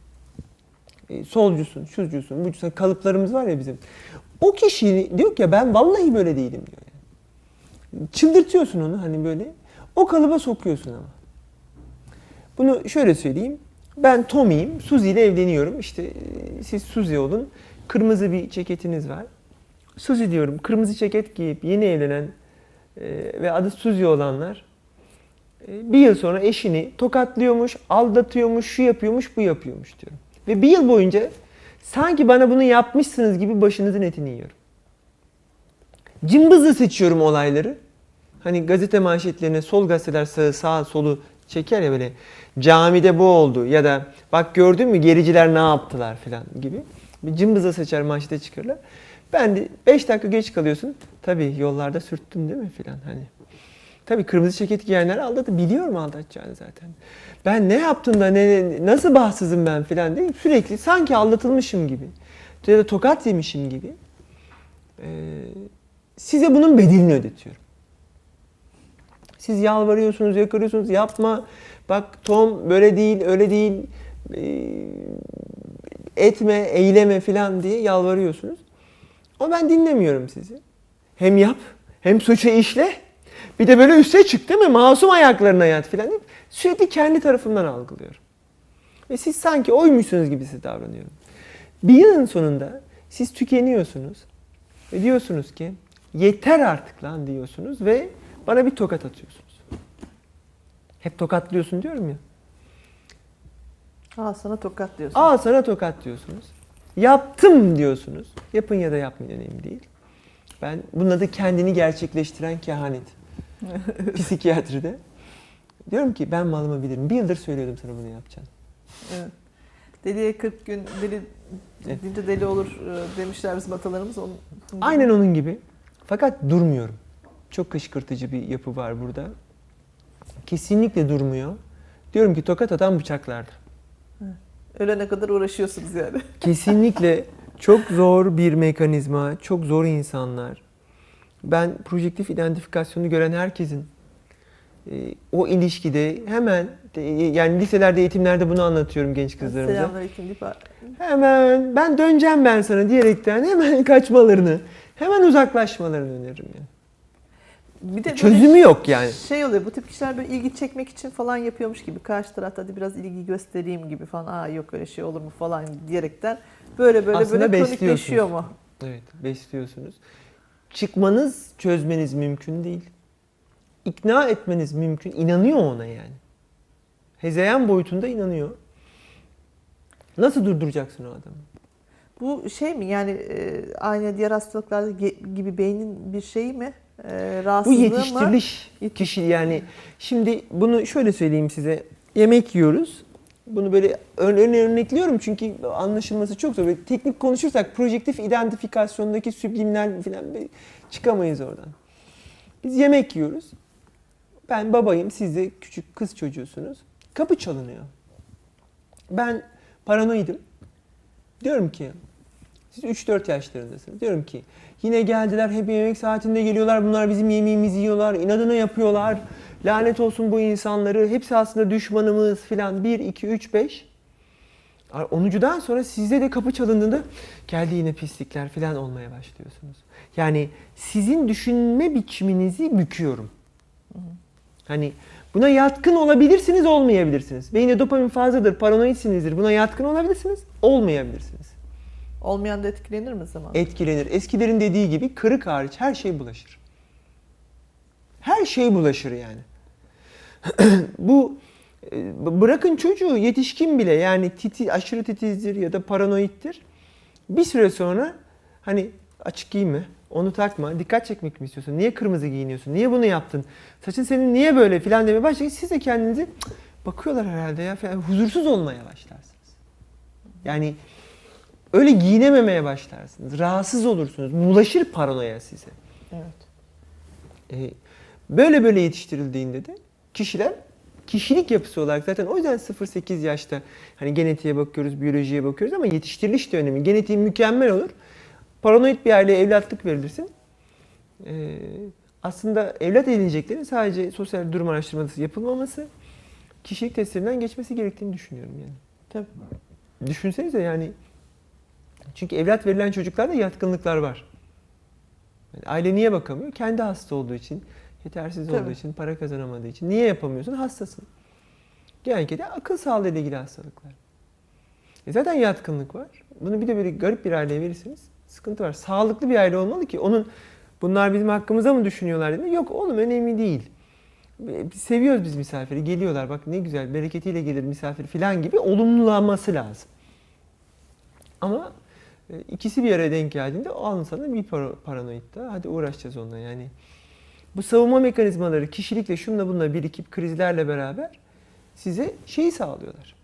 hani solcusun, şucusun, bucusun kalıplarımız var ya bizim. O kişi diyor ki ben vallahi böyle değilim diyor. Yani. Çıldırtıyorsun onu hani böyle. O kalıba sokuyorsun ama. Bunu şöyle söyleyeyim. Ben Tommy'yim. Suzy ile evleniyorum. İşte siz Suzy olun. Kırmızı bir ceketiniz var. Suzy diyorum. Kırmızı ceket giyip yeni evlenen e, ve adı Suzy olanlar e, bir yıl sonra eşini tokatlıyormuş, aldatıyormuş, şu yapıyormuş, bu yapıyormuş diyorum. Ve bir yıl boyunca sanki bana bunu yapmışsınız gibi başınızın etini yiyorum. Cımbızla seçiyorum olayları. Hani gazete manşetlerine sol gazeteler sağı, sağ solu çeker ya böyle camide bu oldu ya da bak gördün mü gericiler ne yaptılar falan gibi. Bir cımbızla seçer manşete çıkarırlar. Ben de beş dakika geç kalıyorsun. Tabii yollarda sürttüm değil mi filan hani. Tabii kırmızı ceket giyenler aldattı. Biliyorum aldatacağını zaten. Ben ne yaptım da ne, nasıl bahtsızım ben filan değil. Sürekli sanki aldatılmışım gibi. Ya da tokat yemişim gibi. Ee, size bunun bedelini ödetiyorum. Siz yalvarıyorsunuz, yakarıyorsunuz. Yapma. Bak Tom böyle değil, öyle değil. Ee, etme, eyleme filan diye yalvarıyorsunuz. Ama ben dinlemiyorum sizi. Hem yap, hem suçu işle. Bir de böyle üste çık değil mi? Masum ayaklarına yat filan deyip sürekli kendi tarafımdan algılıyorum. Ve siz sanki oymuşsunuz gibi size davranıyorum. Bir yılın sonunda siz tükeniyorsunuz. Ve diyorsunuz ki yeter artık lan diyorsunuz ve bana bir tokat atıyorsunuz. Hep tokatlıyorsun diyorum ya. Al sana tokat diyorsun. Al sana tokat diyorsunuz. Yaptım diyorsunuz. Yapın ya da yapmayın önemli değil. Ben bunun adı kendini gerçekleştiren kehanet. Psikiyatride. Diyorum ki ben malımı bilirim. Bir yıldır söylüyordum sana bunu yapacaksın. Evet. Deliye kırk gün deli Evet. deyince deli olur demişler bizim atalarımız. Onun, Aynen onun gibi. Fakat durmuyorum. Çok kışkırtıcı bir yapı var burada. Kesinlikle durmuyor. Diyorum ki tokat atan bıçaklardı. Ölene kadar uğraşıyorsunuz yani. Kesinlikle çok zor bir mekanizma, çok zor insanlar. Ben projektif identifikasyonu gören herkesin e, o ilişkide hemen, e, yani liselerde, eğitimlerde bunu anlatıyorum genç kızlarımıza. Selamünaleyküm deyip Hemen ben döneceğim ben sana diyerekten hemen kaçmalarını, hemen uzaklaşmalarını öneririm yani. bir de Çözümü böyle yok yani. Şey oluyor, bu tip kişiler böyle ilgi çekmek için falan yapıyormuş gibi. Karşı tarafta hadi biraz ilgi göstereyim gibi falan. Aa yok öyle şey olur mu falan diyerekten böyle böyle Aslında böyle besliyorsunuz. kronikleşiyor mu? Evet, besliyorsunuz. Çıkmanız, çözmeniz mümkün değil. İkna etmeniz mümkün. İnanıyor ona yani. Hezeyan boyutunda inanıyor. Nasıl durduracaksın o adamı? Bu şey mi yani e, aynı diğer hastalıklarda ge- gibi beynin bir şeyi mi? E, Bu rahatsızlığı mı? yetiştiriliş kişi yani. Şimdi bunu şöyle söyleyeyim size. Yemek yiyoruz. Bunu böyle ön, ön örnekliyorum çünkü anlaşılması çok zor. Böyle teknik konuşursak projektif identifikasyondaki süblimler falan çıkamayız oradan. Biz yemek yiyoruz. Ben babayım, siz de küçük kız çocuğusunuz. Kapı çalınıyor. Ben paranoidim. Diyorum ki, siz üç dört yaşlarındasınız. Diyorum ki, yine geldiler, hep yemek saatinde geliyorlar. Bunlar bizim yemeğimizi yiyorlar, inadına yapıyorlar. Lanet olsun bu insanları. Hepsi aslında düşmanımız filan. bir, iki, üç, beş. onuncudan sonra sizde de kapı çalındığında geldi yine pislikler filan olmaya başlıyorsunuz. Yani sizin düşünme biçiminizi büküyorum. Hani buna yatkın olabilirsiniz, olmayabilirsiniz. Beyinde dopamin fazladır, paranoidsinizdir. Buna yatkın olabilirsiniz, olmayabilirsiniz. Olmayan da etkilenir mi zaman? Etkilenir. Eskilerin dediği gibi kırık hariç her şey bulaşır. Her şey bulaşır yani. Bu e, bırakın çocuğu, yetişkin bile yani titi, aşırı titizdir ya da paranoiddir. Bir süre sonra hani açık giyme, onu takma, dikkat çekmek mi istiyorsun? Niye kırmızı giyiniyorsun? Niye bunu yaptın? Saçın senin niye böyle filan demeye başlayın. Siz de kendinizi bakıyorlar herhalde ya falan, huzursuz olmaya başlarsınız. Yani öyle giyinememeye başlarsınız. Rahatsız olursunuz. Bulaşır paranoya size. Evet. Ee, böyle böyle yetiştirildiğinde de kişiler kişilik yapısı olarak zaten o yüzden sıfır sekiz yaşta hani genetiğe bakıyoruz, biyolojiye bakıyoruz ama yetiştiriliş de önemli. Genetiğin mükemmel olur. Paranoid bir aileye evlatlık verilirsin. Ee, aslında evlat edineceklerin sadece sosyal durum araştırması yapılmaması, kişilik testlerinden geçmesi gerektiğini düşünüyorum yani. Tabii. Düşünsenize yani. Çünkü evlat verilen çocuklarda yatkınlıklar var. Yani aile niye bakamıyor? Kendi hasta olduğu için, yetersiz Tabii. olduğu için, para kazanamadığı için. Niye yapamıyorsun? Hastasın. Genellikle akıl sağlığı ile ilgili hastalıklar. E zaten yatkınlık var. Bunu bir de böyle garip bir aileye verirseniz sıkıntı var. Sağlıklı bir aile olmalı ki onun bunlar bizim hakkımıza mı düşünüyorlar dedi. Yok oğlum önemli değil. Seviyoruz biz misafiri. Geliyorlar bak ne güzel bereketiyle gelir misafir falan gibi olumlaması lazım. Ama ikisi bir araya denk geldiğinde o an sana bir paranoid daha. Hadi uğraşacağız onunla yani. Bu savunma mekanizmaları kişilikle şunla bununla birikip krizlerle beraber size şeyi sağlıyorlar.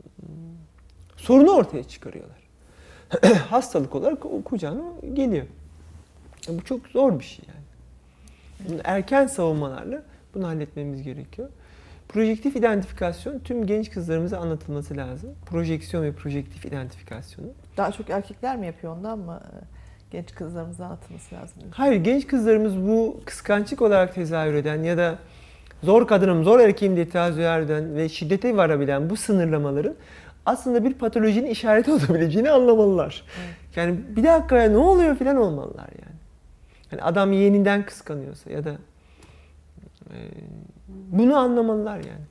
Sorunu ortaya çıkarıyorlar. Hastalık olarak kucağına geliyor. Bu çok zor bir şey yani. Bunu erken savunmalarla bunu halletmemiz gerekiyor. Projektif identifikasyon tüm genç kızlarımıza anlatılması lazım. Projeksiyon ve projektif identifikasyonu. Daha çok erkekler mi yapıyor ondan mı? Genç kızlarımıza anlatılması lazım. Hayır, genç kızlarımız bu kıskançlık olarak tezahür eden ya da zor kadınım, zor erkeğim diye tezahür eden ve şiddete varabilen bu sınırlamaların aslında bir patolojinin işareti olabileceğini anlamalılar. Evet. Yani bir dakika ya ne oluyor falan olmalılar yani. Yani adam yeğeninden kıskanıyorsa ya da e, bunu anlamalılar yani.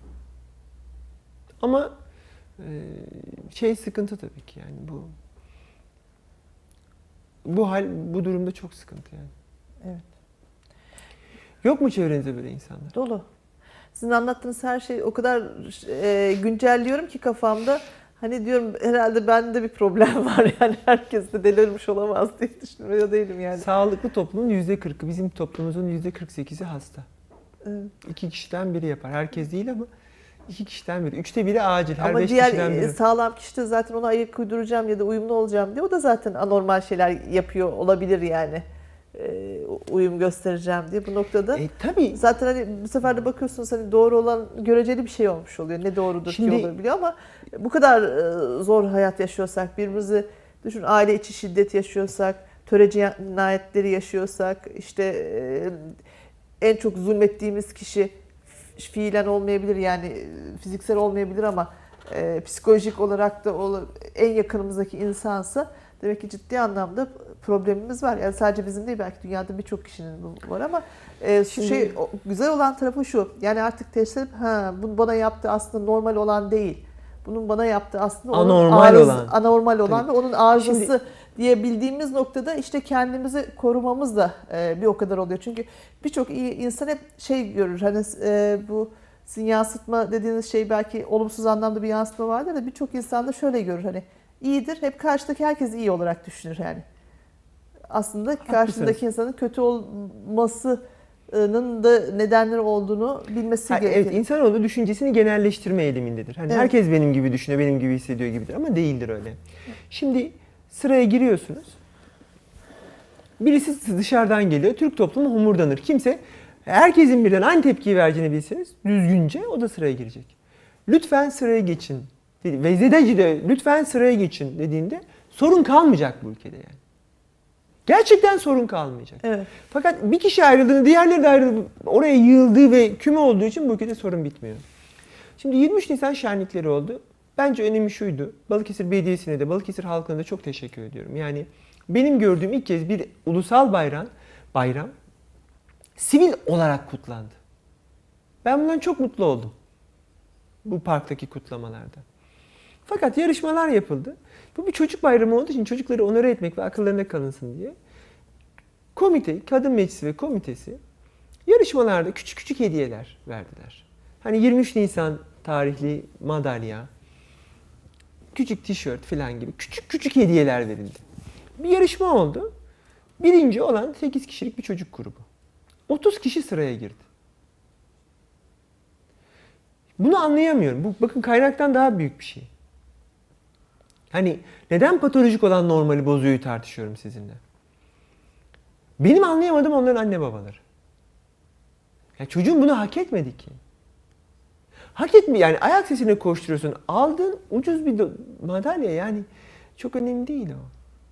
Ama e, şey sıkıntı tabii ki yani bu bu hal bu durumda çok sıkıntı yani. Evet. Yok mu çevrenizde böyle insanlar? Dolu. Sizin anlattığınız her şeyi o kadar e, güncelliyorum ki kafamda. Hani diyorum herhalde bende bir problem var yani herkes de delirmiş olamaz diye düşünmüyor değilim yani. Sağlıklı toplumun yüzde kırkı, bizim toplumumuzun yüzde kırk sekizi hasta. Evet. İki kişiden biri yapar. Herkes değil ama iki kişiden biri. Üçte biri acil. Her ama beş diğer kişiden biri. sağlam kişi de zaten ona ayak uyduracağım ya da uyumlu olacağım diye o da zaten anormal şeyler yapıyor olabilir yani. E, uyum göstereceğim diye bu noktada. E, tabii. Zaten hani bu sefer de bakıyorsunuz hani doğru olan göreceli bir şey olmuş oluyor. Ne doğrudur Şimdi, ki olabiliyor ama bu kadar zor hayat yaşıyorsak, birbirimizi düşün aile içi şiddet yaşıyorsak, töreci cinayetleri yaşıyorsak, işte en çok zulmettiğimiz kişi fiilen olmayabilir yani fiziksel olmayabilir ama e, psikolojik olarak da o, en yakınımızdaki insansa demek ki ciddi anlamda problemimiz var. Yani sadece bizim değil belki dünyada birçok kişinin var ama e, Şimdi, şey o, güzel olan tarafı şu. Yani artık teşhis edip ha bunu bana yaptı aslında normal olan değil. Bunun bana yaptığı aslında onun anormal arız, olan. anormal olan Tabii. ve onun arızası Şimdi, diyebildiğimiz noktada işte kendimizi korumamız da e, bir o kadar oluyor. Çünkü birçok iyi insan hep şey görür. Hani e, bu sizin yansıtma dediğiniz şey belki olumsuz anlamda bir yansıtma vardır da birçok insan da şöyle görür. Hani iyidir. Hep karşıdaki herkes iyi olarak düşünür yani. Aslında Haklısınız. karşındaki insanın kötü olmasının da nedenleri olduğunu bilmesi ha, gerekir. Evet, insanoğlu düşüncesini genelleştirme eğilimindedir. Hani evet. Herkes benim gibi düşünüyor, benim gibi hissediyor gibidir ama değildir öyle. Şimdi sıraya giriyorsunuz. Birisi dışarıdan geliyor. Türk toplumu homurdanır. Kimse herkesin birden aynı tepkiyi vereceğini bilseniz düzgünce o da sıraya girecek. Lütfen sıraya geçin. Ve zedeci de lütfen sıraya geçin dediğinde sorun kalmayacak bu ülkede yani. Gerçekten sorun kalmayacak. Evet. Fakat bir kişi ayrıldığında diğerleri de ayrılıp oraya yığıldığı ve küme olduğu için bu ülkede sorun bitmiyor. Şimdi yirmi üç Nisan şenlikleri oldu. Bence önemi şuydu. Balıkesir Belediyesi'ne de Balıkesir halkına da çok teşekkür ediyorum. Yani benim gördüğüm ilk kez bir ulusal bayram, bayram sivil olarak kutlandı. Ben bundan çok mutlu oldum. Bu parktaki kutlamalarda. Fakat yarışmalar yapıldı. Bu bir çocuk bayramı olduğu için çocukları onore etmek ve akıllarında kalınsın diye komite, kadın meclisi ve komitesi yarışmalarda küçük küçük hediyeler verdiler. Hani yirmi üç Nisan tarihli madalya, küçük tişört falan gibi küçük küçük hediyeler verildi. Bir yarışma oldu. Birinci olan sekiz kişilik bir çocuk grubu. otuz kişi sıraya girdi. Bunu anlayamıyorum. Bu bakın kaynaktan daha büyük bir şey. Hani neden patolojik olan normali bozuyor'yu tartışıyorum sizinle. Benim anlayamadığım onların anne babaları. Ya çocuğun bunu hak etmedi ki. Hak etmi yani ayak sesine koşturuyorsun. Aldığın ucuz bir madalya yani çok önemli değil o.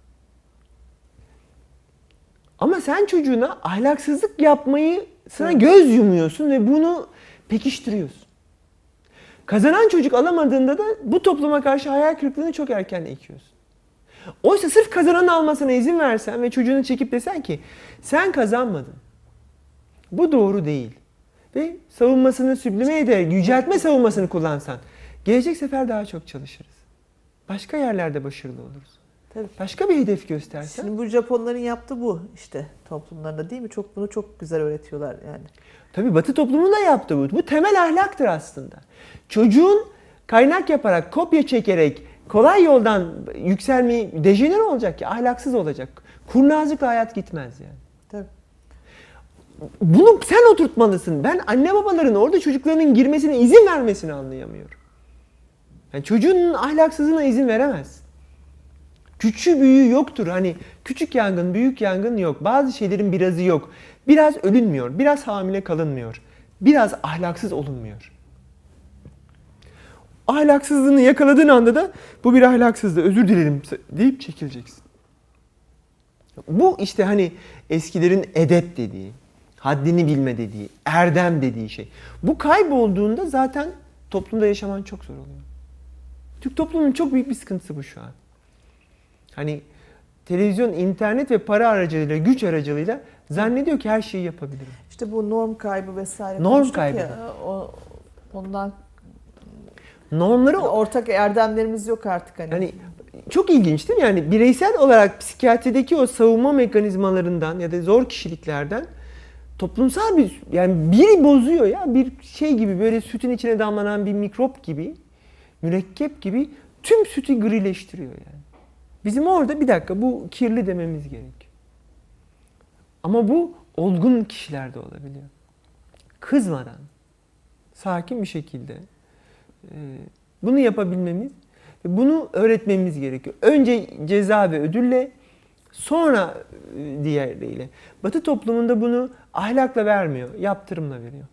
Ama sen çocuğuna ahlaksızlık yapmayı sana göz yumuyorsun ve bunu pekiştiriyorsun. Kazanan çocuk alamadığında da bu topluma karşı hayal kırıklığını çok erken ekiyorsun. Oysa sırf kazananın almasına izin versen ve çocuğunu çekip desen ki sen kazanmadın. Bu doğru değil. Ve savunmasını süblime ederek yüceltme savunmasını kullansan gelecek sefer daha çok çalışırız. Başka yerlerde başarılı oluruz. Tabii. Başka bir hedef göstersen. Şimdi bu Japonların yaptığı bu işte toplumlarında değil mi? Çok bunu çok güzel öğretiyorlar yani. Tabii Batı toplumu da yaptı bu. Bu temel ahlaktır aslında. Çocuğun kaynak yaparak, kopya çekerek kolay yoldan yükselmeyi dejener olacak ki ahlaksız olacak. Kurnazlıkla hayat gitmez yani. Tabii. Bunu sen oturtmalısın. Ben anne babaların orada çocuklarının girmesine izin vermesini anlayamıyorum. Yani çocuğun ahlaksızlığına izin veremez. Küçüğü büyüğü yoktur. Hani küçük yangın, büyük yangın yok. Bazı şeylerin birazı yok. Biraz ölünmüyor, biraz hamile kalınmıyor. Biraz ahlaksız olunmuyor. Ahlaksızlığını yakaladığın anda da bu bir ahlaksızlığı, özür dilerim deyip çekileceksin. Bu işte hani eskilerin edep dediği, haddini bilme dediği, erdem dediği şey. Bu kaybolduğunda zaten toplumda yaşaman çok zor oluyor. Türk toplumunun çok büyük bir sıkıntısı bu şu an. Hani televizyon, internet ve para aracılığıyla, güç aracılığıyla zannediyor ki her şeyi yapabilirim. İşte bu norm kaybı vesaire. Norm kaybı. Ya, o, ondan normları ortak erdemlerimiz yok artık hani. Yani çok ilginç değil mi? Yani bireysel olarak psikiyatrideki o savunma mekanizmalarından ya da zor kişiliklerden toplumsal bir yani biri bozuyor ya bir şey gibi böyle sütün içine damlanan bir mikrop gibi mürekkep gibi tüm sütü grileştiriyor yani. Bizim orada bir dakika bu kirli dememiz gerekiyor. Ama bu olgun kişilerde olabiliyor. Kızmadan, sakin bir şekilde bunu yapabilmemiz ve bunu öğretmemiz gerekiyor. Önce ceza ve ödülle, sonra diğerleriyle. Batı toplumunda bunu ahlakla vermiyor, yaptırımla veriyor.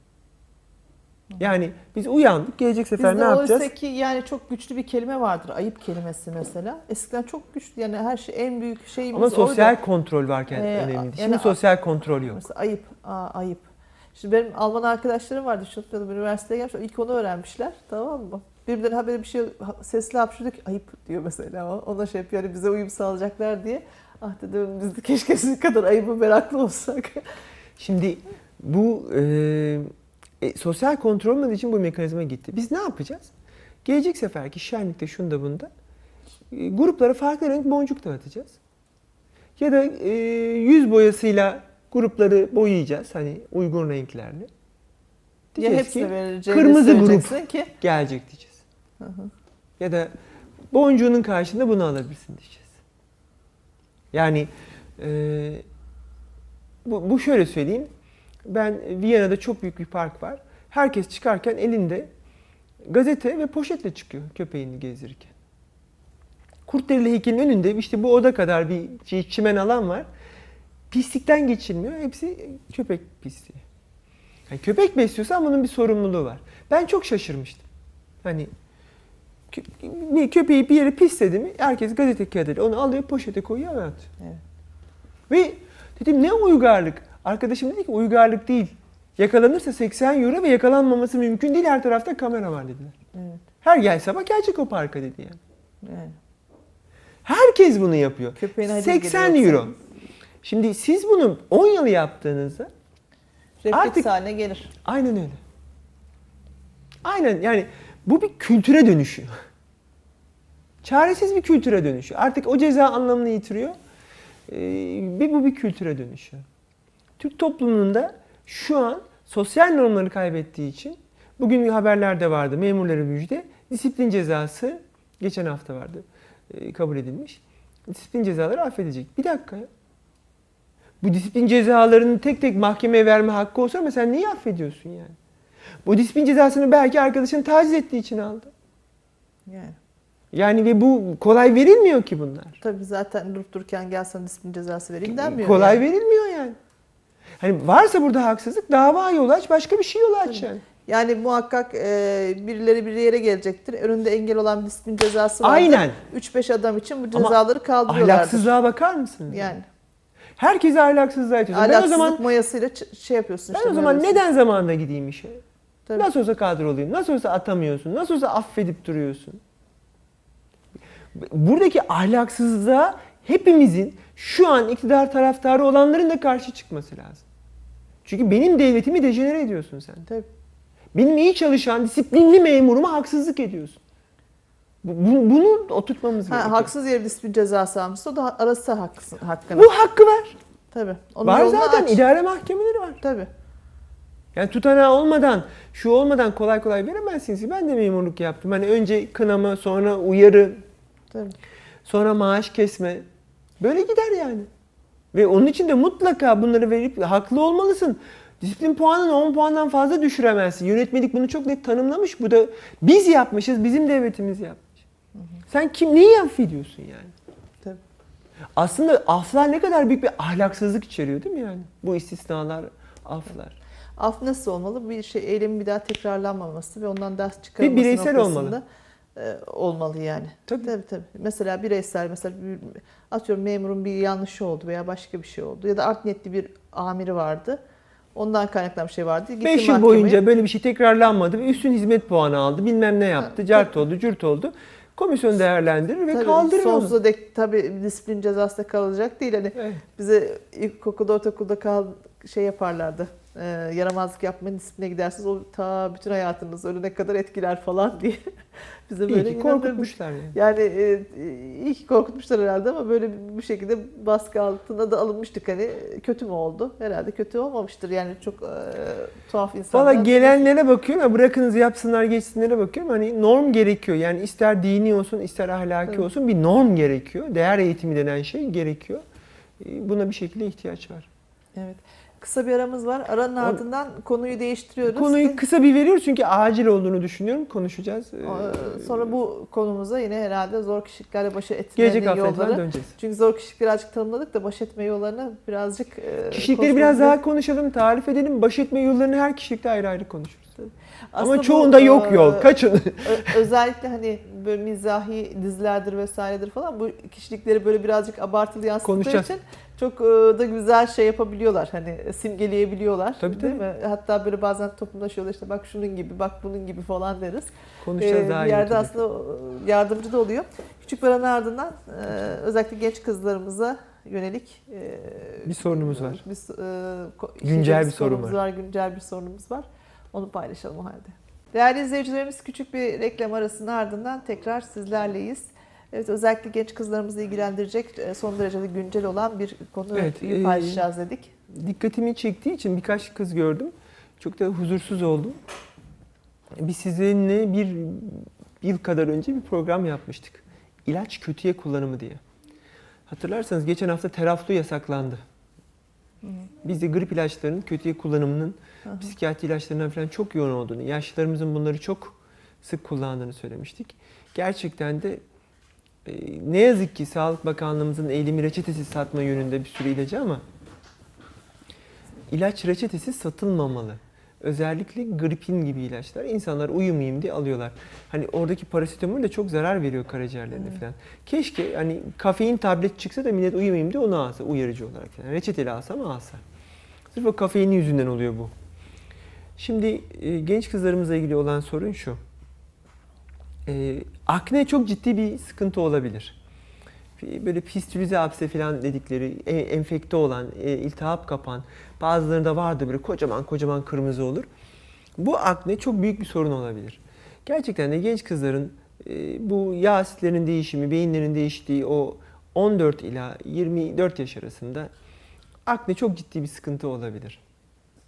Yani biz uyandık, gelecek sefer Bizde ne yapacağız? Bizde oysa ki yani çok güçlü bir kelime vardır, ayıp kelimesi mesela. Eskiden çok güçlü yani her şey en büyük şeyimiz Ama sosyal orada. kontrol varken Ee, önemli. Şimdi yani, sosyal kontrol yok. Mesela ayıp, aa, ayıp. Şimdi benim Alman arkadaşlarım vardı, Stuttgart'ta üniversiteye gelmiş, ilk onu öğrenmişler, tamam mı? Birbirlerine haberi bir şey sesli hapşırdık, ayıp diyor mesela. Ona şey yapıyor, yani bize uyum sağlayacaklar diye. Ah dedim biz de keşke sizin kadar ayıbı meraklı olsak. Şimdi bu e, e, sosyal kontrol olmadığı için bu mekanizma gitti. Biz ne yapacağız? Gelecek seferki şenlikte şunda bunda e, gruplara farklı renk boncuk dağıtacağız. Ya da e, yüz boyasıyla grupları boyayacağız hani uygun renklerle. Ya hepsine vereceğini kırmızı grup ki gelecek diyeceğiz. Hı hı. Ya da boncuğunun karşında bunu alabilirsin diyeceğiz. Yani e, bu, bu şöyle söyleyeyim. Ben Viyana'da çok büyük bir park var. Herkes çıkarken elinde gazete ve poşetle çıkıyor köpeğini gezdirirken. Kurtderili heykelin önünde işte bu oda kadar bir çimen alan var. Pislikten geçilmiyor. Hepsi köpek pisliği. Yani köpek besliyorsan bunun bir sorumluluğu var. Ben çok şaşırmıştım. Hani kö- köpeği bir yere pisledi mi herkes gazete kağıdıyla onu alıyor poşete koyuyor ve atıyor. Evet. Ve dedim ne uygarlık? Arkadaşım dedi ki uygarlık değil. Yakalanırsa seksen euro ve yakalanmaması mümkün değil. Her tarafta kamera var dediler. Evet. Her gel sabah gelecek o parka dedi yani. Evet. Herkes bunu yapıyor. Köpeğin seksen euro. Şimdi siz bunu on yıl yaptığınızda refleks artık haline gelir. Aynen öyle. Aynen yani bu bir kültüre dönüşüyor. Çaresiz bir kültüre dönüşüyor. Artık o ceza anlamını yitiriyor. Ee, ve bu bir kültüre dönüşüyor. Türk toplumunda şu an sosyal normları kaybettiği için bugün haberlerde vardı, memurlara müjde, disiplin cezası geçen hafta vardı e, kabul edilmiş. Disiplin cezaları affedilecek. Bir dakika ya. Bu disiplin cezalarını tek tek mahkemeye verme hakkı olsa ama sen neyi affediyorsun yani? Bu disiplin cezasını belki arkadaşın taciz ettiği için aldı. Yani. Yani ve bu kolay verilmiyor ki bunlar. Tabii zaten durup dururken gel sana disiplin cezası vereyim denmiyor. Kolay yani. verilmiyor yani. Hani varsa burada haksızlık, dava yolu aç, başka bir şey yolu aç yani. Yani muhakkak e, birileri bir yere gelecektir. Önünde engel olan bir disiplin cezası vardır. Aynen. üç beş adam için bu Ama cezaları kaldırıyorlardır. ahlaksızlığa bakar mısınız? Yani. Herkese ahlaksızlığa itiyorsun. Ben o Ahlaksızlık zaman mayasıyla ç- şey yapıyorsun. ben işte o zaman böyle neden zamanında gideyim işe? Tabii. Nasıl olsa kadroluyum. Nasıl olsa atamıyorsun. Nasıl olsa affedip duruyorsun. Buradaki ahlaksızlığa hepimizin şu an iktidar taraftarı olanların da karşı çıkması lazım. Çünkü benim devletimi dejenere ediyorsun sen. Tabii. Benim iyi çalışan, disiplinli memuruma haksızlık ediyorsun. Bu- bu- Bunu oturtmamız Ha, gerekiyor. haksız yere disiplin cezası almışsa o da arası hakkısın, hakkını. Bu hakkı var. Tabii. Onun Var yolunu zaten, aç. idare mahkemeleri var. Tabii. Yani tutanağı olmadan, şu olmadan kolay kolay veremezsiniz. Ben de memurluk yaptım. Hani önce kınama, sonra uyarı, Tabii. sonra maaş kesme. Böyle gider yani. Ve onun için de mutlaka bunları verip haklı olmalısın. Disiplin puanını on puandan fazla düşüremezsin. Yönetmelik bunu çok net tanımlamış. Bu da biz yapmışız, bizim devletimiz yapmış. Hı hı. Sen kim, neyi affediyorsun yani? Tabii. Aslında aflar ne kadar büyük bir ahlaksızlık içeriyor değil mi yani? Bu istisnalar, aflar. Af nasıl olmalı? Bir şey eylemin bir daha tekrarlanmaması ve ondan ders çıkarılması Ve bireysel noktasında olmalı. e, olmalı yani. Tabii. Tabii tabii. Mesela bireysel, mesela bir, atıyorum memurun bir yanlışı oldu veya başka bir şey oldu ya da art niyetli bir amiri vardı. Ondan kaynaklanan bir şey vardı. Gitti beş yıl mahkemeye. boyunca böyle bir şey tekrarlanmadı ve üstün hizmet puanı aldı. Bilmem ne yaptı. Ha, Cart tabii. oldu, cürt oldu. Komisyon değerlendirir ve Tabii, kaldırır onu. sonsuza dek tabii disiplin cezası da kalacak değil. Hani Evet. bize ilkokulda, ortaokulda kal şey yaparlardı. E, yaramazlık yapmayın, disipline gidersiniz. O ta bütün hayatınız ölene kadar etkiler falan diye. Bize İyi böyle ki inanırdı. korkutmuşlar yani. Yani e, iyi ki korkutmuşlar herhalde ama böyle bu şekilde baskı altına da alınmıştık. Hani kötü mü oldu? Herhalde kötü olmamıştır. Yani çok e, tuhaf insanlar. Valla gelenlere bakıyorum ya, bırakınız yapsınlar geçsinlere bakıyorum. Hani norm gerekiyor. Yani ister dini olsun ister ahlaki Evet. olsun bir norm gerekiyor. Değer eğitimi denen şey gerekiyor. E, Buna bir şekilde ihtiyaç var. Evet. Kısa bir aramız var. Aranın O- ardından konuyu değiştiriyoruz. Konuyu kısa bir veriyoruz çünkü acil olduğunu düşünüyorum. Konuşacağız. Ee, Sonra bu konumuza yine herhalde zor kişiliklerle baş etmenin Gelecek hafta yolları. döneceğiz. Çünkü zor kişilikleri birazcık tanımladık da baş etme yollarını birazcık e, Kişilikleri biraz konuşmamız daha konuşalım, tarif edelim. Baş etme yollarını her kişilikte ayrı ayrı konuşuruz. Aslında Ama bu, çoğunda yok e, yol. Kaçın. Ö- özellikle hani böyle mizahi dizilerdir vesairedir falan bu kişilikleri böyle birazcık abartılı yansıttıkları Konuşacağız. için çok e, da güzel şey yapabiliyorlar. Hani simgeleyebiliyorlar. Tabii, değil tabii. mi? Hatta böyle bazen toplumda şey oluyor işte bak şunun gibi, bak bunun gibi falan deriz. Konuşacağız Ee, daha bir iyi. yerde olacak. aslında yardımcı da oluyor. Küçük bir aranın ardından e, özellikle genç kızlarımıza yönelik e, Bir sorunumuz var. Bir, e, ko- Güncel işleyeceğimiz bir sorun konumuz var. Güncel bir sorunumuz var. Onu paylaşalım o halde. Değerli izleyicilerimiz, küçük bir reklam arasının ardından tekrar sizlerleyiz. Evet, özellikle genç kızlarımızı ilgilendirecek e, son derece de güncel olan bir konuyu Evet, e, paylaşacağız dedik. Dikkatimi çektiği için birkaç kız gördüm. Çok da huzursuz oldum. Biz sizinle bir yıl kadar önce bir program yapmıştık. İlaç kötüye kullanımı diye. Hatırlarsanız geçen hafta teraflu yasaklandı. Hı hı. Biz de grip ilaçlarının kötüye kullanımının Hı hı. psikiyatri ilaçlarından falan çok yoğun olduğunu, yaşlılarımızın bunları çok sık kullandığını söylemiştik. Gerçekten de e, ne yazık ki Sağlık Bakanlığımızın eğilimi reçetesiz satma yönünde bir sürü ilacı ama ilaç reçetesiz satılmamalı. Özellikle gripin gibi ilaçlar insanlar uyumayayım diye alıyorlar. Hani oradaki parasetamol de çok zarar veriyor karaciğerlerine Evet. falan. Keşke hani kafein tablet çıksa da millet uyumayayım diye onu alsa uyarıcı olarak falan. Reçeteli alsa ama alsa. Sırf o kafeinin yüzünden oluyor bu. Şimdi e, genç kızlarımızla ilgili olan sorun şu. E, akne çok ciddi bir sıkıntı olabilir. Böyle pistülize abse falan dedikleri, e, enfekte olan, e, iltihap kapan, bazılarında vardır böyle kocaman kocaman kırmızı olur. Bu akne çok büyük bir sorun olabilir. Gerçekten de genç kızların e, bu yağ asitlerinin değişimi, beyinlerin değiştiği o on dört ila yirmi dört yaş arasında akne çok ciddi bir sıkıntı olabilir.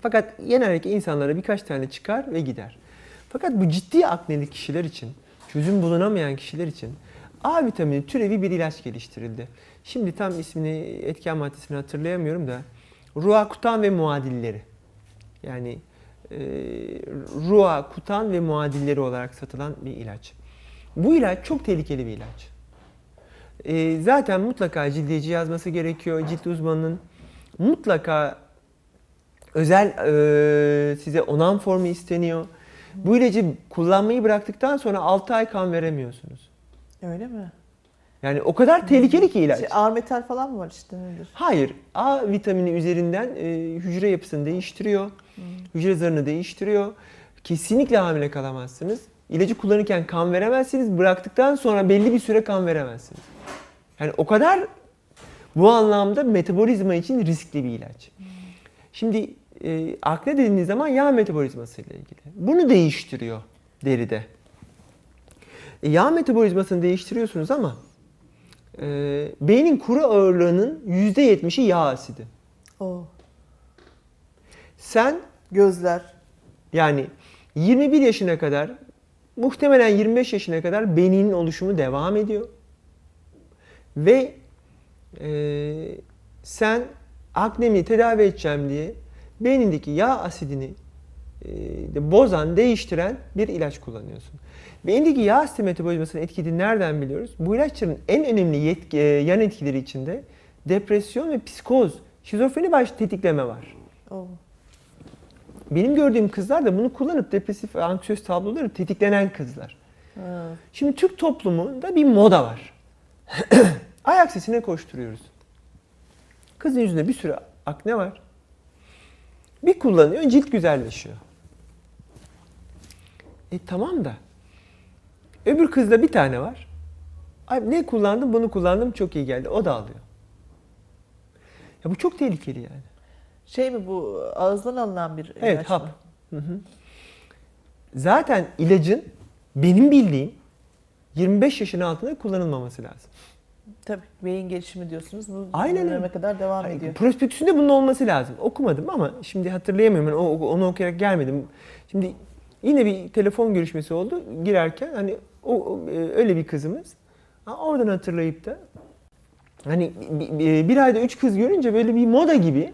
Fakat genellikle insanlara birkaç tane çıkar ve gider. Fakat bu ciddi akneli kişiler için, çözüm bulunamayan kişiler için A vitamini türevi bir ilaç geliştirildi. Şimdi tam ismini, etken maddesini hatırlayamıyorum da Roakutan ve muadilleri. Yani e, Roakutan ve muadilleri olarak satılan bir ilaç. Bu ilaç çok tehlikeli bir ilaç. E, zaten mutlaka cildiyeci yazması gerekiyor. Cilt uzmanının mutlaka özel e, size onam formu isteniyor. Bu ilacı kullanmayı bıraktıktan sonra altı ay kan veremiyorsunuz. Öyle mi? Yani o kadar tehlikeli ki ilaç. Şey, ağır metal falan mı var işte nedir? Hayır. A vitamini üzerinden e, hücre yapısını değiştiriyor. Hmm. Hücre zarını değiştiriyor. Kesinlikle hamile kalamazsınız. İlacı kullanırken kan veremezsiniz. Bıraktıktan sonra belli bir süre kan veremezsiniz. Yani o kadar bu anlamda metabolizma için riskli bir ilaç. Hmm. Şimdi e, akne dediğiniz zaman yağ metabolizması ile ilgili. Bunu değiştiriyor deride. E, yağ metabolizmasını değiştiriyorsunuz ama e, beynin kuru ağırlığının yüzde yetmişi yağ asidi. Oo. Sen Gözler. yani yirmi bir yaşına kadar, muhtemelen yirmi beş yaşına kadar beyninin oluşumu devam ediyor. Ve e, sen aknemi tedavi edeceğim diye beynindeki yağ asidini e, de bozan, değiştiren bir ilaç kullanıyorsun. Beyindeki yağ asidi metabolizmasının etkilediğini nereden biliyoruz? Bu ilaçların en önemli yetki, yan etkileri içinde depresyon ve psikoz, şizofreni başlı tetikleme var. Oh. Benim gördüğüm kızlar da bunu kullanıp depresif ve anksiyöz tabloları tetiklenen kızlar. Ha. Şimdi Türk toplumunda bir moda var. Ayak sesine koşturuyoruz. Kızın yüzünde bir sürü akne var. Bir kullanıyor, cilt güzelleşiyor. E tamam da. Öbür kızda bir tane var. Ay, ne kullandım, bunu kullandım, çok iyi geldi. O da alıyor. Ya bu çok tehlikeli yani. Şey mi bu, ağızdan alınan bir ilaç Evet, hap. mı? Hı hı. Zaten ilacın benim bildiğim yirmi beş yaşın altında kullanılmaması lazım. Tabii beyin gelişimi diyorsunuz. Bu Aynen döneme öyle. kadar devam Hayır, ediyor. prospektüsünde bunun olması lazım. Okumadım ama şimdi hatırlayamıyorum. Yani o- onu okuyarak gelmedim. Şimdi yine bir telefon görüşmesi oldu. Girerken hani o, o- e, öyle bir kızımız. Ha, oradan hatırlayıp da hani bir, bir, bir ayda üç kız görünce böyle bir moda gibi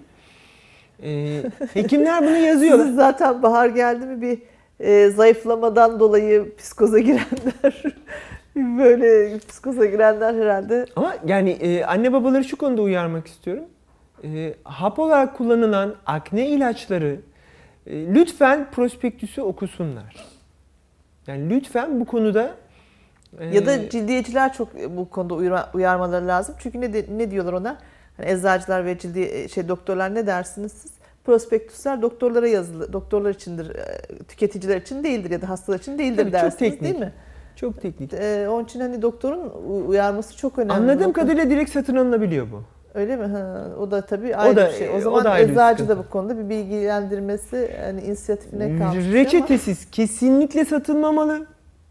e, hekimler bunu yazıyorlar. Siz zaten bahar geldi mi bir e, zayıflamadan dolayı psikoza girenler, böyle psikoza girenler herhalde. Ama yani e, anne babaları şu konuda uyarmak istiyorum. E, hap olarak kullanılan akne ilaçları e, lütfen prospektüsü okusunlar. Yani lütfen bu konuda e, Ya da cildiyeciler çok bu konuda uyarma, uyarmaları lazım. Çünkü ne de, ne diyorlar ona? Hani eczacılar ve cildi şey doktorlar ne dersiniz siz? Prospektüsler doktorlara yazılı, doktorlar içindir, tüketiciler için değildir ya da hastalar için değildir Tabii, çok dersiniz teknik. değil mi? Çok teknik. Ee, onun için hani doktorun uyarması çok önemli. Anladığım Bu- kadarıyla direkt satın alınabiliyor bu. Öyle mi? Ha, o da tabii ayrı da- bir şey. O o zaman da ayrı bir eczacı da sıkıntı. bu konuda bir bilgilendirmesi, hani inisiyatifine kalmış bir şey ama Reçetesiz kesinlikle satılmamalı.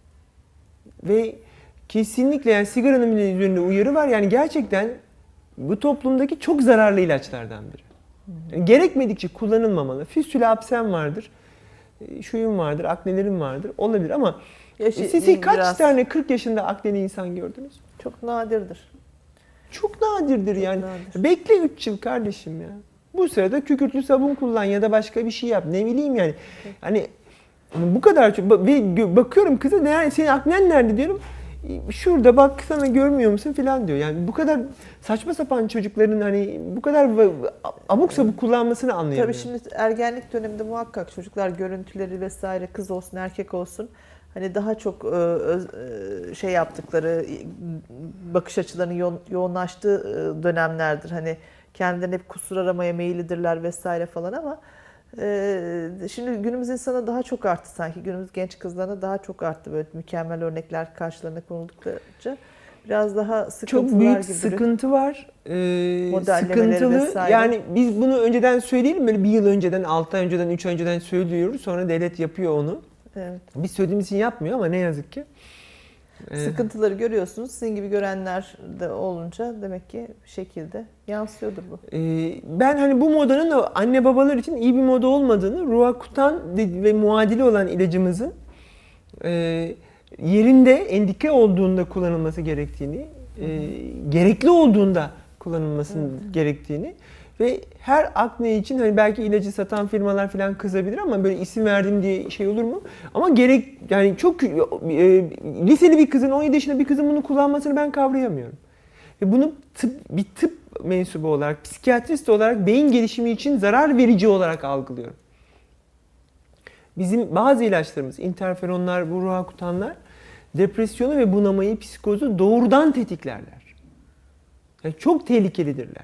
Ve kesinlikle yani sigaranın bile üzerinde uyarı var. Yani gerçekten bu toplumdaki çok zararlı ilaçlardan biri. Yani gerekmedikçe kullanılmamalı. Fistül absen vardır. e, Şuyum vardır, aknelerim vardır. Olabilir ama yaşı e, siz kaç biraz tane kırk yaşında akneli insan gördünüz? çok nadirdir. Çok nadirdir Çok yani. nadir. Bekle üç yıl kardeşim ya. Bu sırada kükürtlü sabun kullan ya da başka bir şey yap. Ne bileyim yani. Hani hani bu kadar çok. Ba- ve gö- bakıyorum kıza, ne yani, senin aknen nerede diyorum. Şurada bak sana, görmüyor musun filan diyor. Yani bu kadar saçma sapan çocukların hani bu kadar va- abuk sabuk kullanmasını Tabii anlayamıyorum. şimdi ergenlik döneminde muhakkak çocuklar görüntüleri vesaire, kız olsun erkek olsun, hani daha çok e, öz- e, şey yaptıkları, bakış açılarının yo- yoğunlaştığı e, dönemlerdir. Hani kendilerini hep kusur aramaya meyillidirler vesaire falan ama e, şimdi günümüz insana daha çok arttı sanki. Günümüz genç kızlarına daha çok arttı böyle mükemmel örnekler karşılarına konuldukça. Biraz daha sıkıntılar Çok büyük gibi duruyor. sıkıntı var. Ee, Modellemeleri sıkıntılı. vesaire. Yani biz bunu önceden söyleyelim, böyle bir yıl önceden, altı ay önceden, üç ay önceden söylüyoruz. Sonra devlet yapıyor onu. Evet. Biz söylediğimiz için yapmıyor ama ne yazık ki. Ee, Sıkıntıları görüyorsunuz. Sizin gibi görenler de olunca demek ki bir şekilde yansıyordur bu. Ee, ben hani bu modanın da anne babalar için iyi bir moda olmadığını, Roacutan ve muadili olan ilacımızın e, yerinde, endike olduğunda kullanılması gerektiğini, e, gerekli olduğunda kullanılmasının Evet. gerektiğini ve her akne için hani belki ilacı satan firmalar falan kızabilir ama böyle isim verdim diye şey olur mu? Ama gerek yani çok e, liseli bir kızın, on yedi yaşında bir kızın bunu kullanmasını ben kavrayamıyorum. Ve bunu tıp, bir tıp mensubu olarak, psikiyatrist olarak beyin gelişimi için zarar verici olarak algılıyorum. Bizim bazı ilaçlarımız, interferonlar, bu Roacutanlar depresyonu ve bunamayı, psikozu doğrudan tetiklerler. Yani çok tehlikelidirler.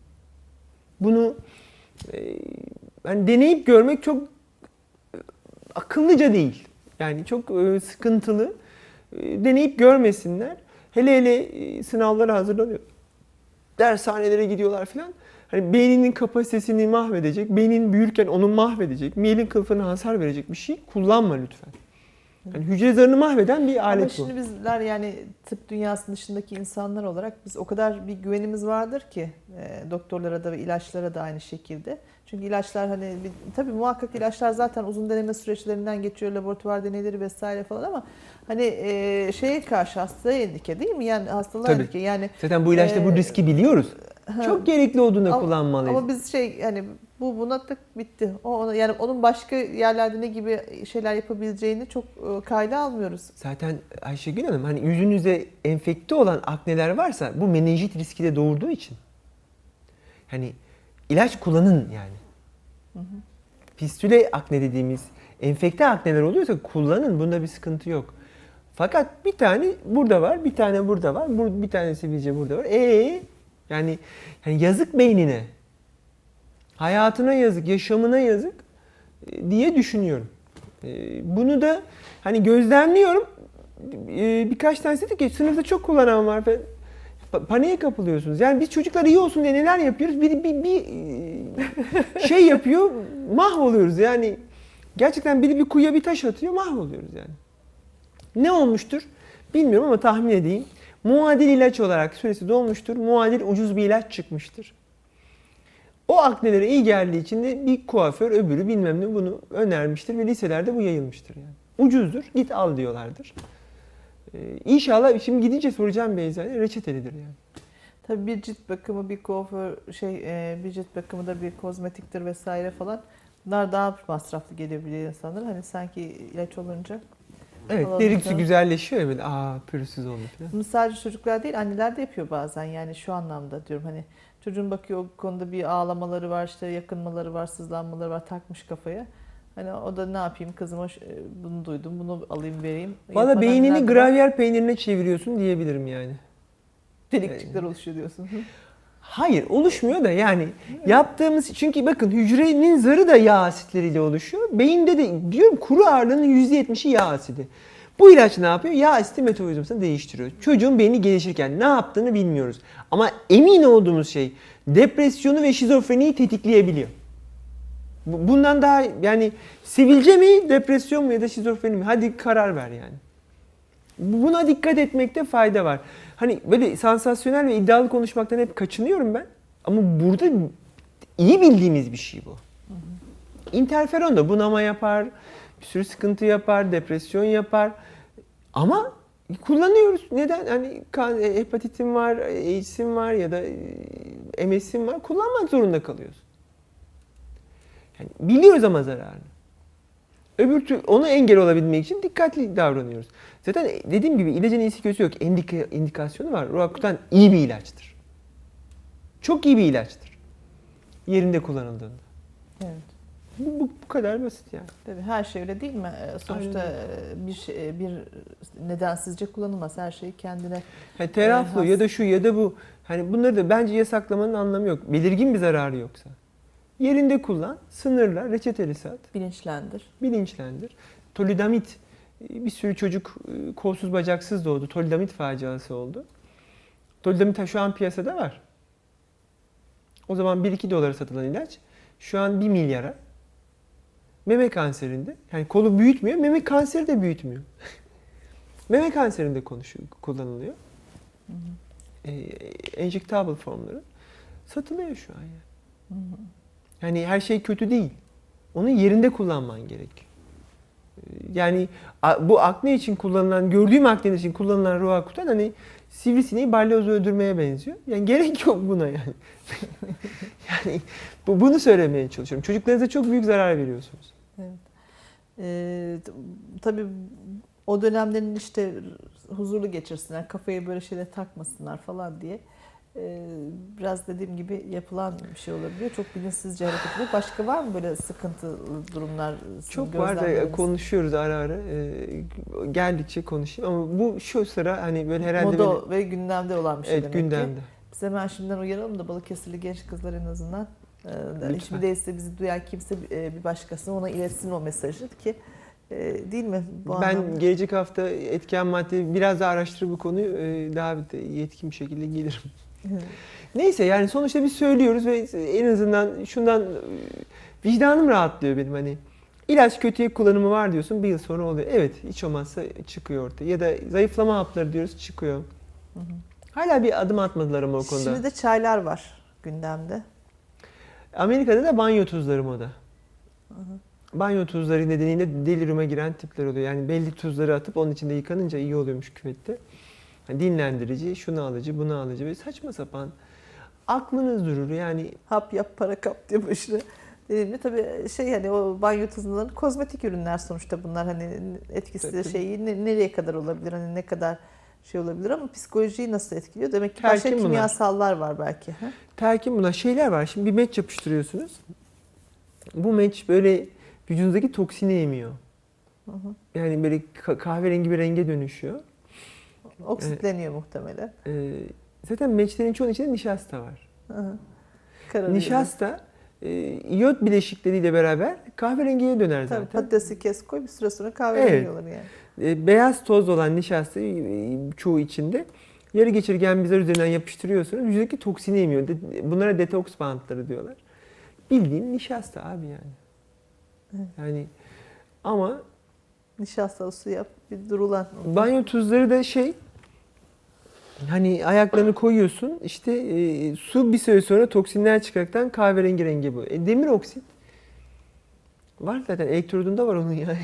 Bunu e, yani deneyip görmek çok e, akıllıca değil. Yani çok e, sıkıntılı. E, deneyip görmesinler. Hele hele e, sınavlara hazırlanıyor. Dershanelere gidiyorlar filan. Hani beyninin kapasitesini mahvedecek, beynin büyürken onu mahvedecek, miyelin kılıfına hasar verecek bir şey kullanma lütfen. Yani hücre zarını mahveden bir alet Ama bu. şimdi bizler yani tıp dünyasının dışındaki insanlar olarak biz o kadar bir güvenimiz vardır ki e, doktorlara da ve ilaçlara da aynı şekilde. Çünkü ilaçlar hani bir, tabii muhakkak ilaçlar zaten uzun deneme süreçlerinden geçiyor, laboratuvar deneyleri vesaire falan ama hani e, şeye karşı hastaya endike değil mi? Yani hastalığa Tabii. endike. Yani Zaten bu ilaçta bu Ee, riski biliyoruz. Çok gerekli olduğunda ama, kullanmalıyız. ama biz şey yani bu buna tık bitti. O ona, yani onun başka yerlerde ne gibi şeyler yapabileceğini çok e, kayda almıyoruz. Zaten Ayşegül Hanım hani yüzünüze enfekte olan akneler varsa bu menenjit riski de doğurduğu için. Hani ilaç kullanın yani. Hı hı. Fistüle akne dediğimiz enfekte akneler oluyorsa kullanın. Bunda bir sıkıntı yok. Fakat bir tane burada var, bir tane burada var, bur- bir tane sivilce burada var. Ee, yani, yani yazık beynine, hayatına yazık, yaşamına yazık e, diye düşünüyorum. E, bunu da hani gözlemliyorum. E, birkaç tanesi dedi ki sınıfta çok kullanan var ve pa- paniğe kapılıyorsunuz. Yani biz çocuklar iyi olsun diye neler yapıyoruz? Bir, bir, bir e, şey yapıyor, mahvoluyoruz. Yani gerçekten biri bir kuyuya bir taş atıyor, mahvoluyoruz yani. Ne olmuştur? Bilmiyorum ama tahmin edeyim. Muadil ilaç olarak süresi dolmuştur. Muadil ucuz bir ilaç çıkmıştır. O aknelere iyi geldiği için de bir kuaför öbürü bilmem ne bunu önermiştir ve liselerde bu yayılmıştır yani. Ucuzdur, git al diyorlardır. Ee, İnşallah şimdi gidince soracağım Beyza'ya reçetelidir yani. Tabii bir cilt bakımı, bir kuaför şey, e, bir cilt bakımı da bir kozmetiktir vesaire falan. Bunlar daha masraflı gelebiliyor insanlara. Hani sanki ilaç olunca. Evet, Alalım derisi canım. güzelleşiyor ya böyle aa pürüzsüz oldu falan. Bunu sadece çocuklar değil, anneler de yapıyor bazen. Yani şu anlamda diyorum hani çocuğun bakıyor o konuda bir ağlamaları var, işte yakınmaları var, sızlanmaları var, takmış kafaya. Hani o da ne yapayım kızıma ş- bunu duydum, bunu alayım vereyim. Valla Yapan beynini anneler de var. gravyer peynirine çeviriyorsun diyebilirim yani. Delikçikler oluşuyor diyorsun. Hayır oluşmuyor da yani yaptığımız çünkü bakın hücrenin zarı da yağ asitleriyle oluşuyor. Beyinde de diyorum kuru ağırlığının yüzde yetmişi yağ asidi. Bu ilaç ne yapıyor? Yağ asidi metabolizmasını değiştiriyor. Çocuğun beyni gelişirken ne yaptığını bilmiyoruz. Ama emin olduğumuz şey depresyonu ve şizofreniyi tetikleyebiliyor. Bu- Bundan daha yani sivilce mi, depresyon mu ya da şizofreni mi? Hadi karar ver yani. Buna dikkat etmekte fayda var. Hani böyle sansasyonel ve iddialı konuşmaktan hep kaçınıyorum ben. Ama burada iyi bildiğimiz bir şey bu. İnterferon da bunama yapar, bir sürü sıkıntı yapar, depresyon yapar. Ama kullanıyoruz. Neden? Hani kan, e, hepatitim var, AIDS'im var ya da e, M S'im var. Kullanmak zorunda kalıyoruz. Yani biliyoruz ama zararını. Öbür türlü ona engel olabilmek için dikkatli davranıyoruz. Zaten dediğim gibi ilacın iyisi kötüsü yok. Endika, indikasyonu var. Roacutan iyi bir ilaçtır. Çok iyi bir ilaçtır. Yerinde kullanıldığında. Evet. Bu, bu, bu kadar basit yani. Tabii her şey öyle değil mi? Ee, Sonuçta Aynen. e, bir şey, bir nedensizce kullanılmaz. Her şey kendine Yani teraflu has. ya da şu ya da bu. Hani bunları da bence yasaklamanın anlamı yok. Belirgin bir zararı yoksa. Yerinde kullan, sınırla, reçeteli sat, bilinçlendir. bilinçlendir. Tolidamit, bir sürü çocuk kolsuz bacaksız doğdu. Tolidamit faciası oldu. Tolidamit şu an piyasada var. O zaman bir iki dolara satılan ilaç şu an bir milyara. Meme kanserinde. Yani kolu büyütmüyor, meme kanseri de büyütmüyor. Meme kanserinde konuşuyor, kullanılıyor. E, enjektable formları satılıyor şu an yani. Hı hı. Yani her şey kötü değil. Onu yerinde kullanman gerekiyor. Yani bu akne için kullanılan, gördüğüm akne için kullanılan Roakutan hani sivrisineği balyozu öldürmeye benziyor. Yani gerek yok buna yani. Yani bu, bunu söylemeye çalışıyorum. Çocuklarınıza çok büyük zarar veriyorsunuz. Evet. Ee, tabii o dönemlerin işte huzurlu geçirsinler, kafaya böyle şeyler takmasınlar falan diye e, biraz dediğim gibi yapılan bir şey olabiliyor. Çok bilinçsizce hareket ediyor. Başka var mı böyle sıkıntı durumlar? Çok var da konuşuyoruz ara ara. Ee, geldikçe konuşayım ama bu şu sıra hani böyle herhalde moda böyle, ve gündemde olan bir şey evet, demek gündemde. ki. Biz hemen şimdiden uyaralım da Balıkesirli genç kızlar en azından Lütfen. hiçbir değilse bizi duyan kimse bir başkasına ona iletsin o mesajı ki değil mi? Bu ben anlamda. gelecek hafta etken madde biraz daha araştırıp bu konuyu daha yetkin bir şekilde gelirim. Neyse yani sonuçta biz söylüyoruz ve en azından şundan vicdanım rahatlıyor benim hani. İlaç kötüye kullanımı var diyorsun, bir yıl sonra oluyor. Evet, hiç olmazsa çıkıyor ortaya. Ya da zayıflama hapları diyoruz, çıkıyor. Hı hı. Hala bir adım atmadılar ama o konuda. Şimdi de çaylar var gündemde. Amerika'da da banyo tuzları moda. Hı hı. Banyo tuzları nedeniyle delirime giren tipler oluyor. Yani belli tuzları atıp onun içinde yıkanınca iyi oluyormuş küvette. Yani dinlendirici, şunu alıcı, bunu alıcı ve saçma sapan. Aklınız durur yani. Hap yap para kap diye başına. Dediğim gibi tabii şey hani o banyo tuzları kozmetik ürünler sonuçta bunlar hani etkisi Tabii. şeyi ne- nereye kadar olabilir hani ne kadar şey olabilir ama psikolojiyi nasıl etkiliyor? Demek ki Telkin başka bunlar. kimyasallar var belki. Ha? Telkin buna şeyler var. Şimdi bir meç yapıştırıyorsunuz. Bu meç böyle vücudunuzdaki toksini emiyor. Hı hı. Yani böyle ka- kahverengi bir renge dönüşüyor. Oksitleniyor muhtemelen. Ee, zaten meçlerin çoğunun içinde nişasta var. Hı hı. Kararıyor. Nişasta e, iyot bileşikleriyle beraber kahverengiye döner Tabii zaten. patatesi kes koy bir süre sonra kahverengi Evet. olur yani. E, beyaz toz olan nişasta e, çoğu içinde yarı geçirgen bizler üzerinden yapıştırıyorsunuz. Vücuttaki toksini emiyor. De- bunlara detoks bantları diyorlar. Bildiğin nişasta abi yani. Evet. Yani ama Nişastalı su yap bir durulan. banyo tuzları da şey hani ayaklarını koyuyorsun işte e, su bir süre sonra toksinler çıkaraktan kahverengi rengi bu. E, demir oksit var zaten elektrodunda var onun yani.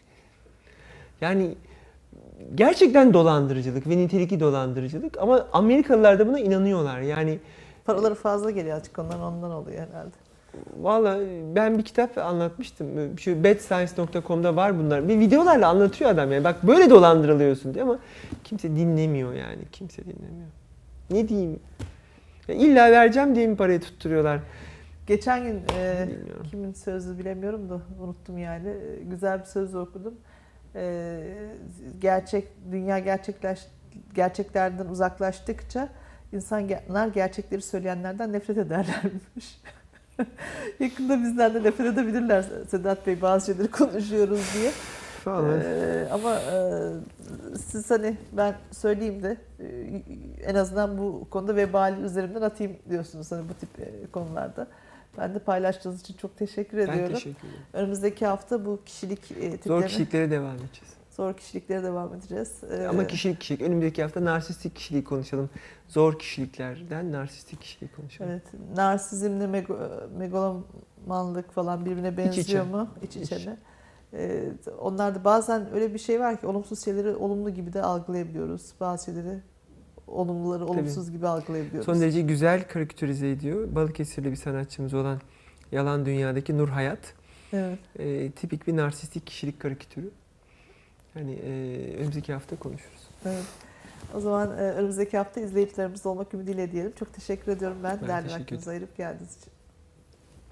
Yani gerçekten dolandırıcılık ve nitelikli dolandırıcılık ama Amerikalılar da buna inanıyorlar. Yani Paraları fazla geliyor açık ondan ondan oluyor herhalde. valla ben bir kitap anlatmıştım. Şu bad science nokta com'da var bunlar. Bir videolarla anlatıyor adam yani. Bak böyle dolandırılıyorsun diye ama kimse dinlemiyor yani. Kimse dinlemiyor. Ne diyeyim? Ya illa vereceğim diye mi parayı tutturuyorlar? Geçen gün e, Bilmiyorum. kimin sözü bilemiyorum da unuttum yani. E, güzel bir söz okudum. E, gerçek dünya gerçekleş gerçeklerden uzaklaştıkça insanlar gerçekleri söyleyenlerden nefret ederlermiş. Yakında bizden de nefret edebilirler Sedat Bey bazı şeyleri konuşuyoruz diye. Falan. Ee, ama e, siz hani ben söyleyeyim de e, en azından bu konuda vebali üzerimden atayım diyorsunuz hani bu tip e, konularda. Ben de paylaştığınız için çok teşekkür Ben ediyorum. teşekkür ederim. Önümüzdeki hafta bu kişilik e, tiplerine, Zor kişiliklere devam edeceğiz. zor kişiliklere devam edeceğiz. Ee, Ama kişilik kişilik. Önümüzdeki hafta narsistik kişiliği konuşalım. Zor kişiliklerden narsistik kişiliği konuşalım. Evet, narsizmle mego- megalomanlık falan birbirine benziyor içe. mu? İç içe İç. mi? Ee, onlarda bazen öyle bir şey var ki olumsuz şeyleri olumlu gibi de algılayabiliyoruz. Bazı şeyleri olumluları olumsuz gibi algılayabiliyoruz. Son derece güzel karikatürize ediyor. Balıkesirli bir sanatçımız olan Yalan Dünya'daki Nur Hayat. Evet. E, tipik bir narsistik kişilik karikatürü. Hani e, önümüzdeki hafta konuşuruz. Evet. O zaman e, önümüzdeki hafta izleyicilerimiz olmak ümidiyle diyelim. Çok teşekkür ediyorum ben, Ben değerli teşekkür vaktinizi ayırıp geldiğiniz için.